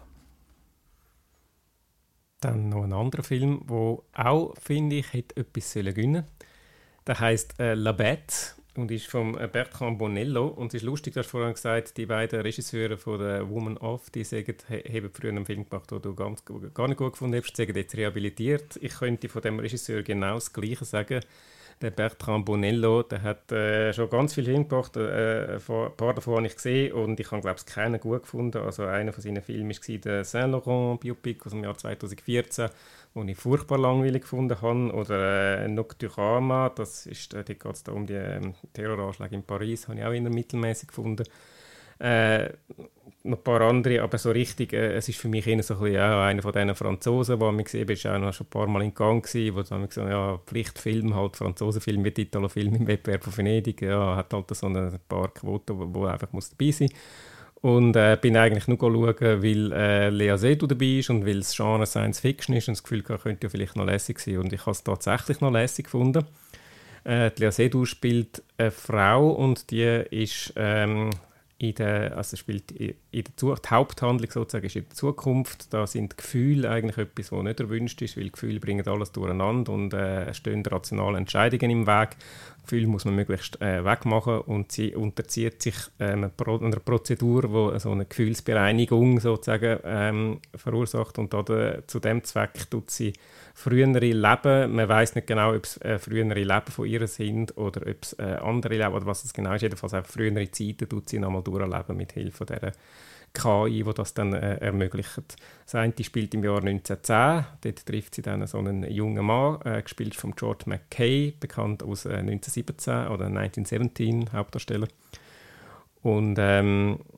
Dann noch ein anderer Film, der auch, finde ich, hätte etwas gewinnen sollen. Der heisst äh, «La Bête» und ist von äh, Bertrand Bonello. Und es ist lustig, du hast vorhin gesagt, die beiden Regisseure von der «Woman Off», die sagen, he, haben früher einen Film gemacht, den du ganz, gar nicht gut gefunden hast, sagen jetzt rehabilitiert. Ich könnte von dem Regisseur genau das Gleiche sagen. Der Bertrand Bonello, der hat äh, schon ganz viele Filme gemacht, äh, ein paar davon habe ich gesehen und ich habe, glaube ich, keinen gut gefunden. Also einer von seinen Filmen war der Saint-Laurent-Biopic aus dem Jahr zweitausendvierzehn, den ich furchtbar langweilig gefunden habe. Oder äh, Nocturama, das ist, äh, da geht es da um die ähm, Terroranschläge in Paris, habe ich auch eher mittelmäßig gefunden. Äh, noch ein paar andere, aber so richtig, äh, es ist für mich eher so ein bisschen, ja, einer von diesen Franzosen, den ich gesehen habe, ist auch noch schon ein paar Mal in Gang gewesen, wo dann gesagt ja, Pflichtfilm, halt Franzosenfilm mit Italo-Film im Wettbewerb von Venedig, ja, hat halt so ein paar Quoten, wo, wo einfach muss dabei sein. Und äh, bin eigentlich nur schauen, weil äh, Lea Seydoux dabei ist und weil das Genre Science Fiction ist und das Gefühl hatte, könnte ja vielleicht noch lässig sein. Und ich habe es tatsächlich noch lässig gefunden. Äh, Lea Seydoux spielt eine Frau und die ist ähm, in der, also spielt in der Zu- die Haupthandlung sozusagen ist in der Zukunft. Da sind Gefühle eigentlich etwas, was nicht erwünscht ist, weil Gefühle bringen alles durcheinander und äh, stehen rationale Entscheidungen im Weg. Gefühle muss man möglichst äh, wegmachen und sie unterzieht sich äh, einer, Pro- einer Prozedur, die so eine Gefühlsbereinigung sozusagen ähm, verursacht und da, zu dem Zweck tut sie frühere Leben, man weiß nicht genau, ob es äh, frühere Leben von ihr sind oder ob es äh, andere Leben oder was es genau ist, jedenfalls auch frühere Zeiten tut sie nochmal durchleben mit Hilfe dieser K I, die das dann äh, ermöglicht. Das eine spielt im Jahr neunzehnhundertzehn, dort trifft sie dann so einen jungen Mann, äh, gespielt von George McKay, bekannt aus äh, neunzehnhundertsiebzehn oder neunzehnhundertsiebzehn, Hauptdarsteller. Und ähm,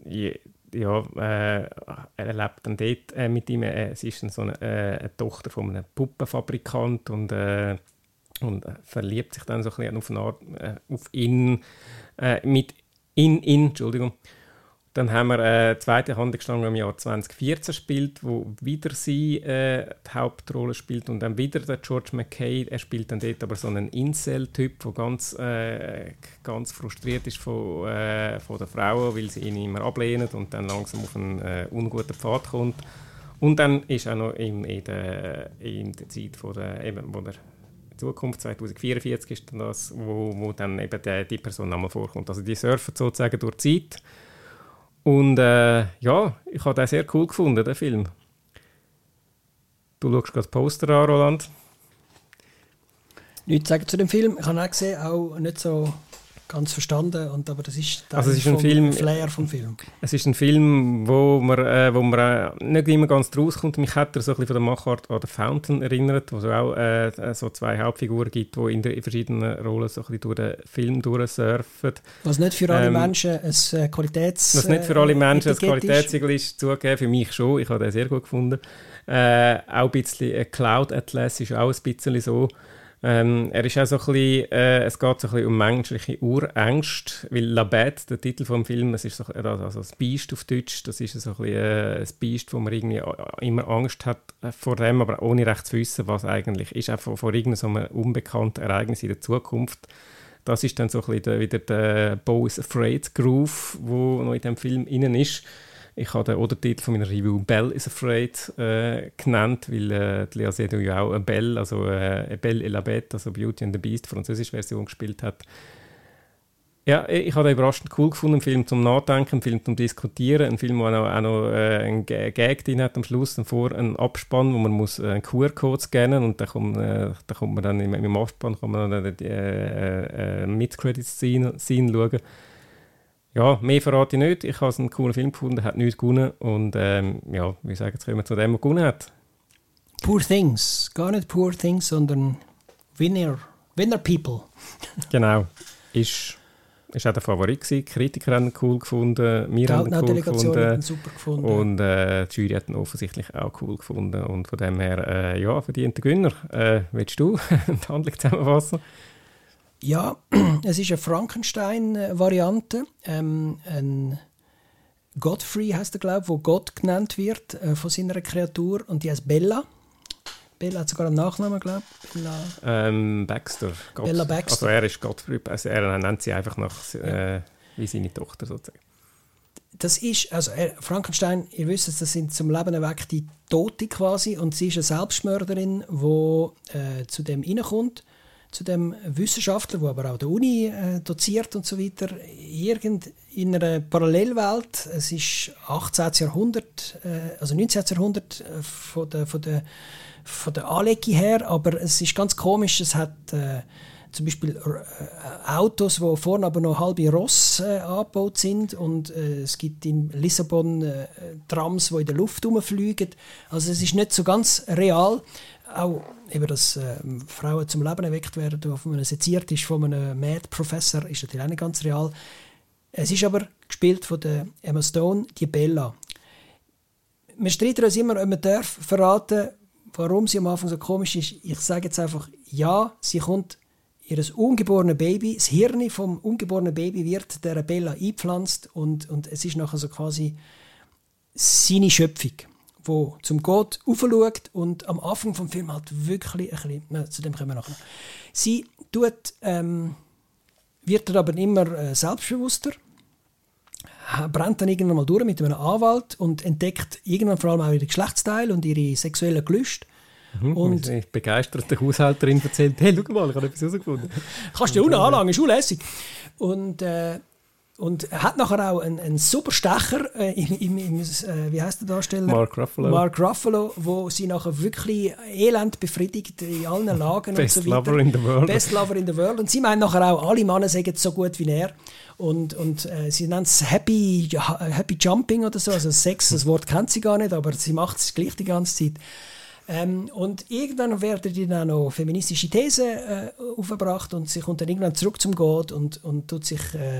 ja, äh, er lebt dann dort äh, mit ihm. Äh, sie ist dann so eine, äh, eine Tochter von einem Puppenfabrikant und, äh, und äh, verliebt sich dann so ein bisschen auf, eine Art, äh, auf ihn, äh, mit in, in, Entschuldigung. Dann haben wir eine zweite Handlungsstrang, die im Jahr zwanzig vierzehn spielt, wo wieder sie äh, die Hauptrolle spielt und dann wieder der George McKay. Er spielt dann dort aber so einen Incel-Typ, der ganz, äh, ganz frustriert ist von, äh, von der Frau, weil sie ihn immer ablehnen und dann langsam auf einen äh, unguten Pfad kommt. Und dann ist auch noch in, in, der, in der Zeit von der, eben, wo der Zukunft, zwanzig vierundvierzig ist dann das, wo, wo dann eben die, die Person nochmal vorkommt. Also die surfen sozusagen durch die Zeit. Und äh, ja, ich habe den sehr cool gefunden, den Film. Du schaust gerade das Poster an, Roland. Nichts sagen zu dem Film. Ich habe auch gesehen, auch nicht so ganz verstanden, und, aber das ist der also es ist ein Film, Flair vom Film. Es ist ein Film, wo man, äh, wo man äh, nicht immer ganz draus kommt. Mich hat er so ein bisschen von der Machart an The Fountain erinnert, wo es auch äh, so zwei Hauptfiguren gibt, die in, in verschiedenen Rollen so ein bisschen durch den Film durchsurfen. Was nicht für alle ähm, Menschen ein Qualitäts... Was nicht für alle Menschen ein Qualitätssiegel ist, ist zugegeben, für mich schon. Ich habe den sehr gut gefunden. Äh, auch ein bisschen äh, Cloud Atlas ist auch ein bisschen so. Ähm, er ist auch so ein bisschen, äh, es geht so ein bisschen um menschliche Urängste, weil La Bête, der Titel vom Film, es ist so, also das Biest auf Deutsch, das ist so ein bisschen äh, ein Biest, wo man irgendwie immer Angst hat vor dem, aber ohne recht zu wissen, was eigentlich ist, auch vor, vor irgendeinem so unbekannten Ereignis in der Zukunft. Das ist dann so ein bisschen der, wieder der Beau is Afraid Groove, wo noch in dem Film innen ist. Ich habe den Untertitel von meiner Review «Belle is Afraid» äh, genannt, weil äh, Léa Seydoux ja auch Belle, also äh, «Belle et la Bête», also «Beauty and the Beast», französische Version gespielt hat. Ja, ich habe den überraschend cool gefunden, einen Film zum Nachdenken, einen Film zum Diskutieren, einen Film, der auch noch, auch noch äh, einen Gag drin hat am Schluss, vor einem Abspann, wo man muss äh, einen Q R-Code scannen und dann kommt, äh, dann kommt man dann im, im Abspann kann man dann die äh, äh, Mid-Credit-Scene schauen. Ja, mehr verrate ich nicht. Ich habe es einen coolen Film gefunden, er hat nichts gewonnen. Und ähm, ja, wie sagen, jetzt kommen wir zu dem, der gewonnen hat. Poor Things. Gar nicht Poor Things, sondern Winner. Winner People. Genau. Ist, ist auch der Favorit gewesen. Die Kritiker haben ihn cool gefunden. Wir die haben ihn cool gefunden. Super gefunden. Und äh, die Jury hat ihn offensichtlich auch cool gefunden. Und von dem her, äh, ja, verdient der Gewinner. Äh, willst du die Handlung zusammenfassen? Ja, es ist eine Frankenstein-Variante. Ähm, ein Godfrey heisst er, glaube ich, wo Gott genannt wird äh, von seiner Kreatur. Und die heißt Bella. Bella hat sogar einen Nachnamen, glaube ich. Bella, ähm, Baxter. Gott. Bella Baxter. Also er ist Godfrey. Also er nennt sie einfach nach äh, wie seine Tochter sozusagen. Das ist, also er, Frankenstein, ihr wisst es, das sind zum Leben erweckte Tote quasi. Und sie ist eine Selbstmörderin, die äh, zu dem reinkommt. Zu dem Wissenschaftler, der aber auch an der Uni äh, doziert und so weiter, irgend in einer Parallelwelt. Es ist achtzehnten. Jahrhundert, äh, also neunzehnten. Jahrhundert äh, von der, von der, von der Anlegung her, aber es ist ganz komisch. Es hat äh, zum Beispiel äh, Autos, die vorne aber noch halbe Ross äh, angebaut sind, und äh, es gibt in Lissabon äh, Trams, die in der Luft herumfliegen. Also es ist nicht so ganz real. Auch eben, dass äh, Frauen zum Leben erweckt werden, auf einem seziert ist von einem Mad-Professor, ist natürlich auch nicht ganz real. Es ist aber gespielt von der Emma Stone, die Bella. Wir streiten uns immer, ob man darf verraten, warum sie am Anfang so komisch ist. Ich sage jetzt einfach, ja, sie kommt, ihr ungeborene Baby, das Hirn vom ungeborenen Baby wird der Bella eingepflanzt, und, und es ist nachher so quasi seine Schöpfung, wo zum Gott aufschaut und am Anfang des Films halt wirklich ein bisschen, na, zu dem kommen wir nachher. Sie tut, ähm, wird dann aber immer äh, selbstbewusster, brennt dann irgendwann mal durch mit einem Anwalt und entdeckt irgendwann vor allem auch ihre Geschlechtsteile und ihre sexuellen Gelüste. Mhm, und ich begeistert der Haushälterin erzählt, hey, schau mal, ich habe etwas herausgefunden. Kannst du dir unten anlangen, ist unlässig. Und, äh, und er hat nachher auch einen, einen super Stecher, äh, im, im, im, äh, wie heisst der Darsteller? Mark Ruffalo. Mark Ruffalo, wo sie nachher wirklich elend befriedigt in allen Lagen und so weiter. Best Lover in the World. Best Lover in the World. Und sie meinen nachher auch, alle Männer sagen es so gut wie er. Und, und äh, sie nennt es Happy, Happy Jumping oder so. Also Sex, das Wort kennt sie gar nicht, aber sie macht es gleich die ganze Zeit. Ähm, und irgendwann werden dann auch noch feministische Thesen äh, aufgebracht, und sie kommt dann irgendwann zurück zum Gott und, und tut sich äh,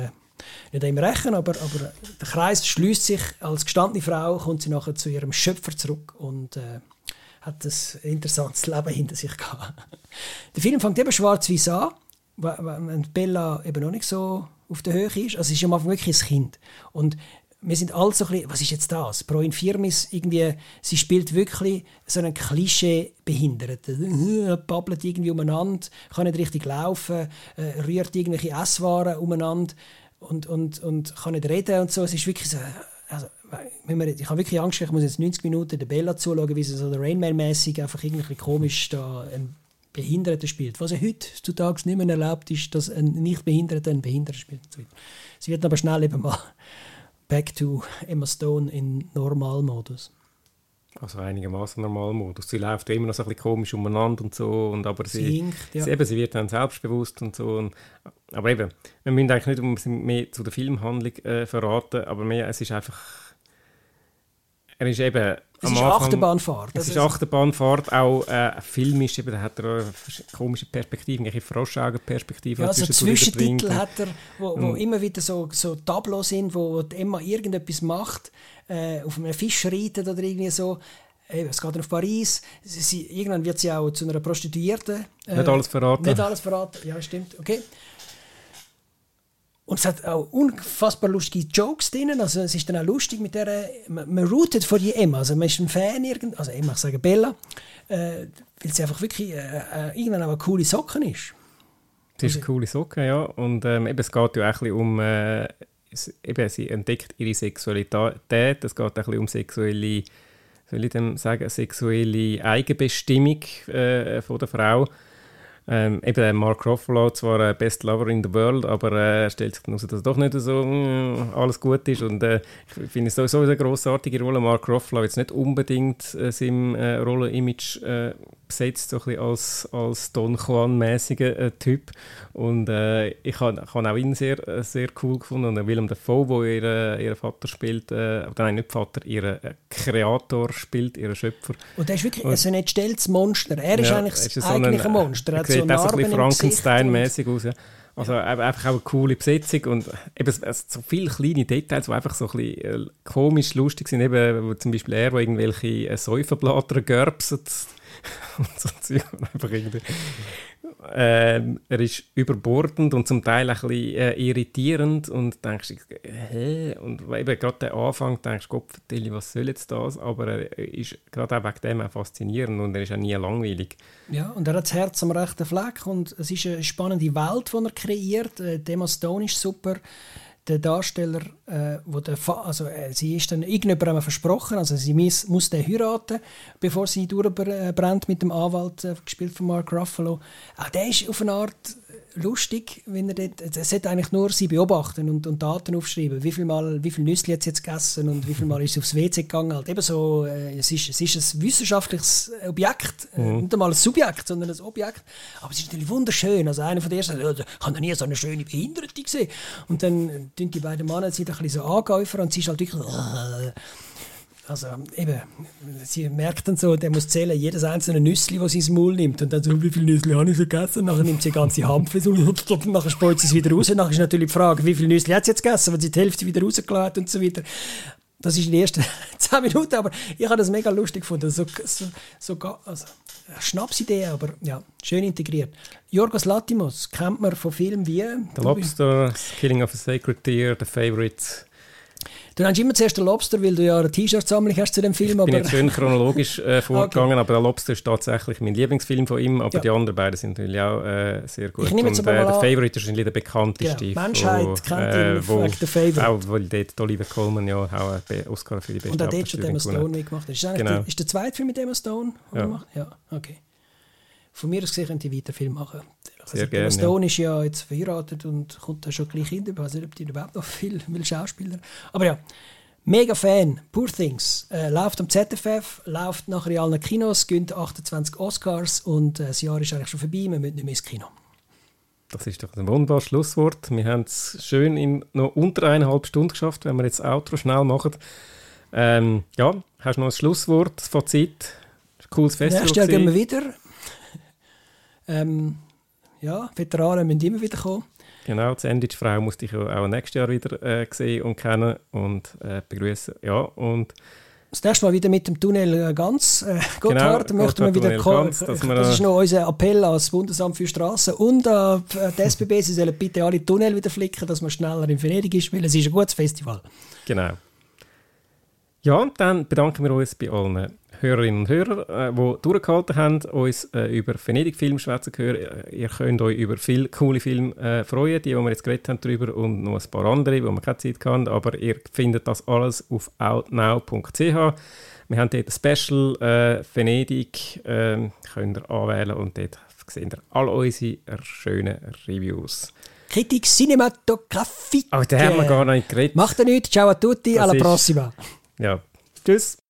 nicht immer rächen, aber, aber der Kreis schließt sich. Als gestandene Frau kommt sie nachher zu ihrem Schöpfer zurück und äh, hat ein interessantes Leben hinter sich gehabt. Der Film fängt eben schwarz-weiß an, wenn Bella eben noch nicht so auf der Höhe ist. Also sie ist am Anfang wirklich ein Kind. Und wir sind alle so ein bisschen, was ist jetzt das? Pro Infirmis, irgendwie, sie spielt wirklich so einen Klischee-Behinderten. Babbelt irgendwie umeinander, kann nicht richtig laufen, äh, rührt irgendwelche Esswaren umeinander und, und, und kann nicht reden und so. Es ist wirklich so, also, ich habe wirklich Angst, ich muss jetzt neunzig Minuten der Bella zuschauen, wie sie so Rain Man-mäßig einfach irgendwie komisch da einen Behinderten spielt. Was ja heutzutage nicht mehr erlaubt ist, dass ein Nicht-Behinderter einen Behinderten spielt. Sie wird aber schnell eben mal back to Emma Stone in Normalmodus. Also einigermaßen Normalmodus. Sie läuft immer noch so ein bisschen komisch umeinander und so, und aber sie, Singt, ja. sie, eben, sie wird dann selbstbewusst und so. Und, aber eben, wir müssen eigentlich nicht um mehr zu der Filmhandlung äh, verraten, aber mehr, es ist einfach... Er ist eben... Es ist Anfang, Achterbahnfahrt. Es ist Achterbahnfahrt, auch äh, filmisch, eben, da hat er auch komische Perspektiven, eine Froschaugenperspektive. Ja, also Zwischentitel hat er, wo, wo mm. immer wieder so, so Tableaux sind, wo Emma irgendetwas macht, äh, auf einem Fisch reitet oder irgendwie so. Äh, es geht auf Paris. Sie, sie, irgendwann wird sie auch zu einer Prostituierten. Äh, nicht alles verraten. Nicht alles verraten, ja, stimmt, okay. Und es hat auch unfassbar lustige Jokes drin. Also es ist dann auch lustig mit der... Man, man rootet vor die Emma. Also man ist ein Fan, irgend, also Emma, ich sage Bella, äh, weil sie einfach wirklich äh, äh, irgendwann auch eine coole Socken ist. Sie ist eine coole Socke, ja. Und ähm, eben, es geht ja auch ein bisschen um... Äh, es, eben, sie entdeckt ihre Sexualität. Es geht auch ein bisschen um sexuelle... Soll ich dem sagen? Sexuelle Eigenbestimmung äh, von der Frau. Ähm, eben Mark Ruffalo, zwar äh, Best Lover in the World, aber äh, er stellt sich dann raus, dass es doch nicht so mh, alles gut ist. Und äh, ich finde es sowieso eine grossartige Rolle. Mark Ruffalo jetzt nicht unbedingt äh, seinem äh, Rollenimage äh, besetzt, so ein bisschen als, als Don Juan-mäßiger äh, Typ. Und äh, ich habe hab auch ihn sehr, äh, sehr cool gefunden. Und Willem Dafoe, der ihren Vater spielt, äh, oder nein, nicht Vater, ihren äh, Kreator spielt, ihren Schöpfer. Und er ist wirklich und, so ein entstelltes Monster. Er ist ja, eigentlich das ist eigentliche so ein Monster. Er sieht so auch so ein bisschen Frankenstein-mäßig aus. Ja. Also ja. Einfach auch eine coole Besetzung und eben so viele kleine Details, die einfach so ein bisschen äh, komisch lustig sind. Eben, wo zum Beispiel er, wo irgendwelche äh, Säuferblätter gerbset und so Zeug. Einfach irgendwie. Ähm, er ist überbordend und zum Teil ein bisschen äh, irritierend und denkst, hä? Und eben gerade der Anfang denkst, Gott, was soll jetzt das? Aber er ist gerade auch wegen dem auch faszinierend und er ist auch nie langweilig. Ja, und er hat das Herz am rechten Fleck und es ist eine spannende Welt, die er kreiert. Emma Stone ist super. Der Darsteller, äh, wo der Fa- also äh, sie ist dann irgendjemandem versprochen, also sie muss, muss den heiraten, bevor sie durchbrennt mit dem Anwalt, äh, gespielt von Mark Ruffalo. Auch der ist auf eine Art lustig, wenn er dort, er sollte eigentlich nur sie beobachten und, und Daten aufschreiben, wie viel Mal, wie viel Nüsse hat sie jetzt gegessen und wie viel Mal ist sie aufs W C gegangen. Halt eben so, äh, es, ist, es ist ein wissenschaftliches Objekt, mhm. äh, nicht einmal ein Subjekt, sondern ein Objekt. Aber es ist natürlich wunderschön. Also einer von der ersten sagt, ich habe noch nie so eine schöne Behinderte gesehen. Und dann tun die beiden Männer sich ein bisschen so angäufern und sie ist halt wirklich... Äh, Also eben, sie merkt dann so, der muss zählen, jedes einzelne Nüssli, das sie ins Maul nimmt. Und dann so, wie viele Nüssli habe ich so gegessen? Und dann nimmt sie eine ganze Handvoll und nachher spült sie es wieder raus. Und dann ist natürlich die Frage, wie viele Nüssli hat sie jetzt gegessen, wenn sie die Hälfte wieder rausgeladen und so weiter. Das ist in den ersten zehn Minuten, aber ich habe das mega lustig gefunden. So, so, so, also, eine Schnapsidee, aber ja, schön integriert. Yorgos Lanthimos kennt man von Filmen wie... The Lobster, Killing of a Sacred Deer, The Favourite... Du nennst immer zuerst den Lobster, weil du ja eine T-Shirt-Sammlung hast zu dem Film. Ich bin aber jetzt schön chronologisch äh, vorgegangen, okay. Aber der Lobster ist tatsächlich mein Lieblingsfilm von ihm, aber ja. Die anderen beiden sind natürlich auch äh, sehr gut. Ich nehme jetzt und aber äh, mal der Favorite ist wahrscheinlich der bekannteste. Ja, Menschheit wo, kennt ihn äh, wo, The Favorite. Auch weil dort Oliver Colman ja auch einen Oscar für die beste und auch dort schon Emma Stone mitgemacht hat. Ist, genau. die, ist der zweite Film mit Emma Stone ja. gemacht? Ja, okay. Von mir aus gesehen könnte ich weiter Film machen. Sehr also, gerne, Emma Stone ja. ist ja jetzt verheiratet und kommt da schon gleich Kinder. Ich weiß nicht, ob die überhaupt noch viel will Schauspieler. Aber ja, mega Fan. Poor Things. Äh, läuft am Z F F, läuft nachher in allen Kinos, gönnt achtundzwanzig Oscars und äh, das Jahr ist eigentlich schon vorbei, wir müssen nicht mehr ins Kino. Das ist doch ein wunderbares Schlusswort. Wir haben es schön in noch unter eineinhalb Stunden geschafft, wenn wir jetzt das Outro schnell machen. Ähm, ja, hast du noch ein Schlusswort, das Fazit? Ein cooles Festival. Nächstes Jahr gehen wir wieder. ähm, ja, Veteranen müssen immer wieder kommen. Genau, die Sandwich-Frau musste ich auch nächstes Jahr wieder äh, sehen und kennen und äh, begrüßen. Ja, und das nächste Mal wieder mit dem Tunnel ganz. Äh, Gotthard genau, möchten wir wieder kommen. Das, das ist noch unser Appell an das Bundesamt für Straßen und an die S B B. Sie sollen bitte alle Tunnel wieder flicken, dass man schneller in Venedig ist, weil es ist ein gutes Festival. Genau. Ja, und dann bedanken wir uns bei allen Hörerinnen und Hörern, die äh, durchgehalten haben, uns äh, über Venedig-Film schwätzen zu hören. Ihr könnt euch über viele coole Filme äh, freuen, die, die wir jetzt geredet haben darüber, und noch ein paar andere, wo wir keine Zeit haben. Aber ihr findet das alles auf outnow punkt c h. Wir haben dort ein Special äh, Venedig, äh, könnt ihr anwählen, und dort seht ihr all unsere schönen Reviews. Kritik Cinematografie. Oh, da haben wir gar nicht geredet. Macht ihr nichts. Ciao a tutti, das alla ist, prossima. Ja, tschüss.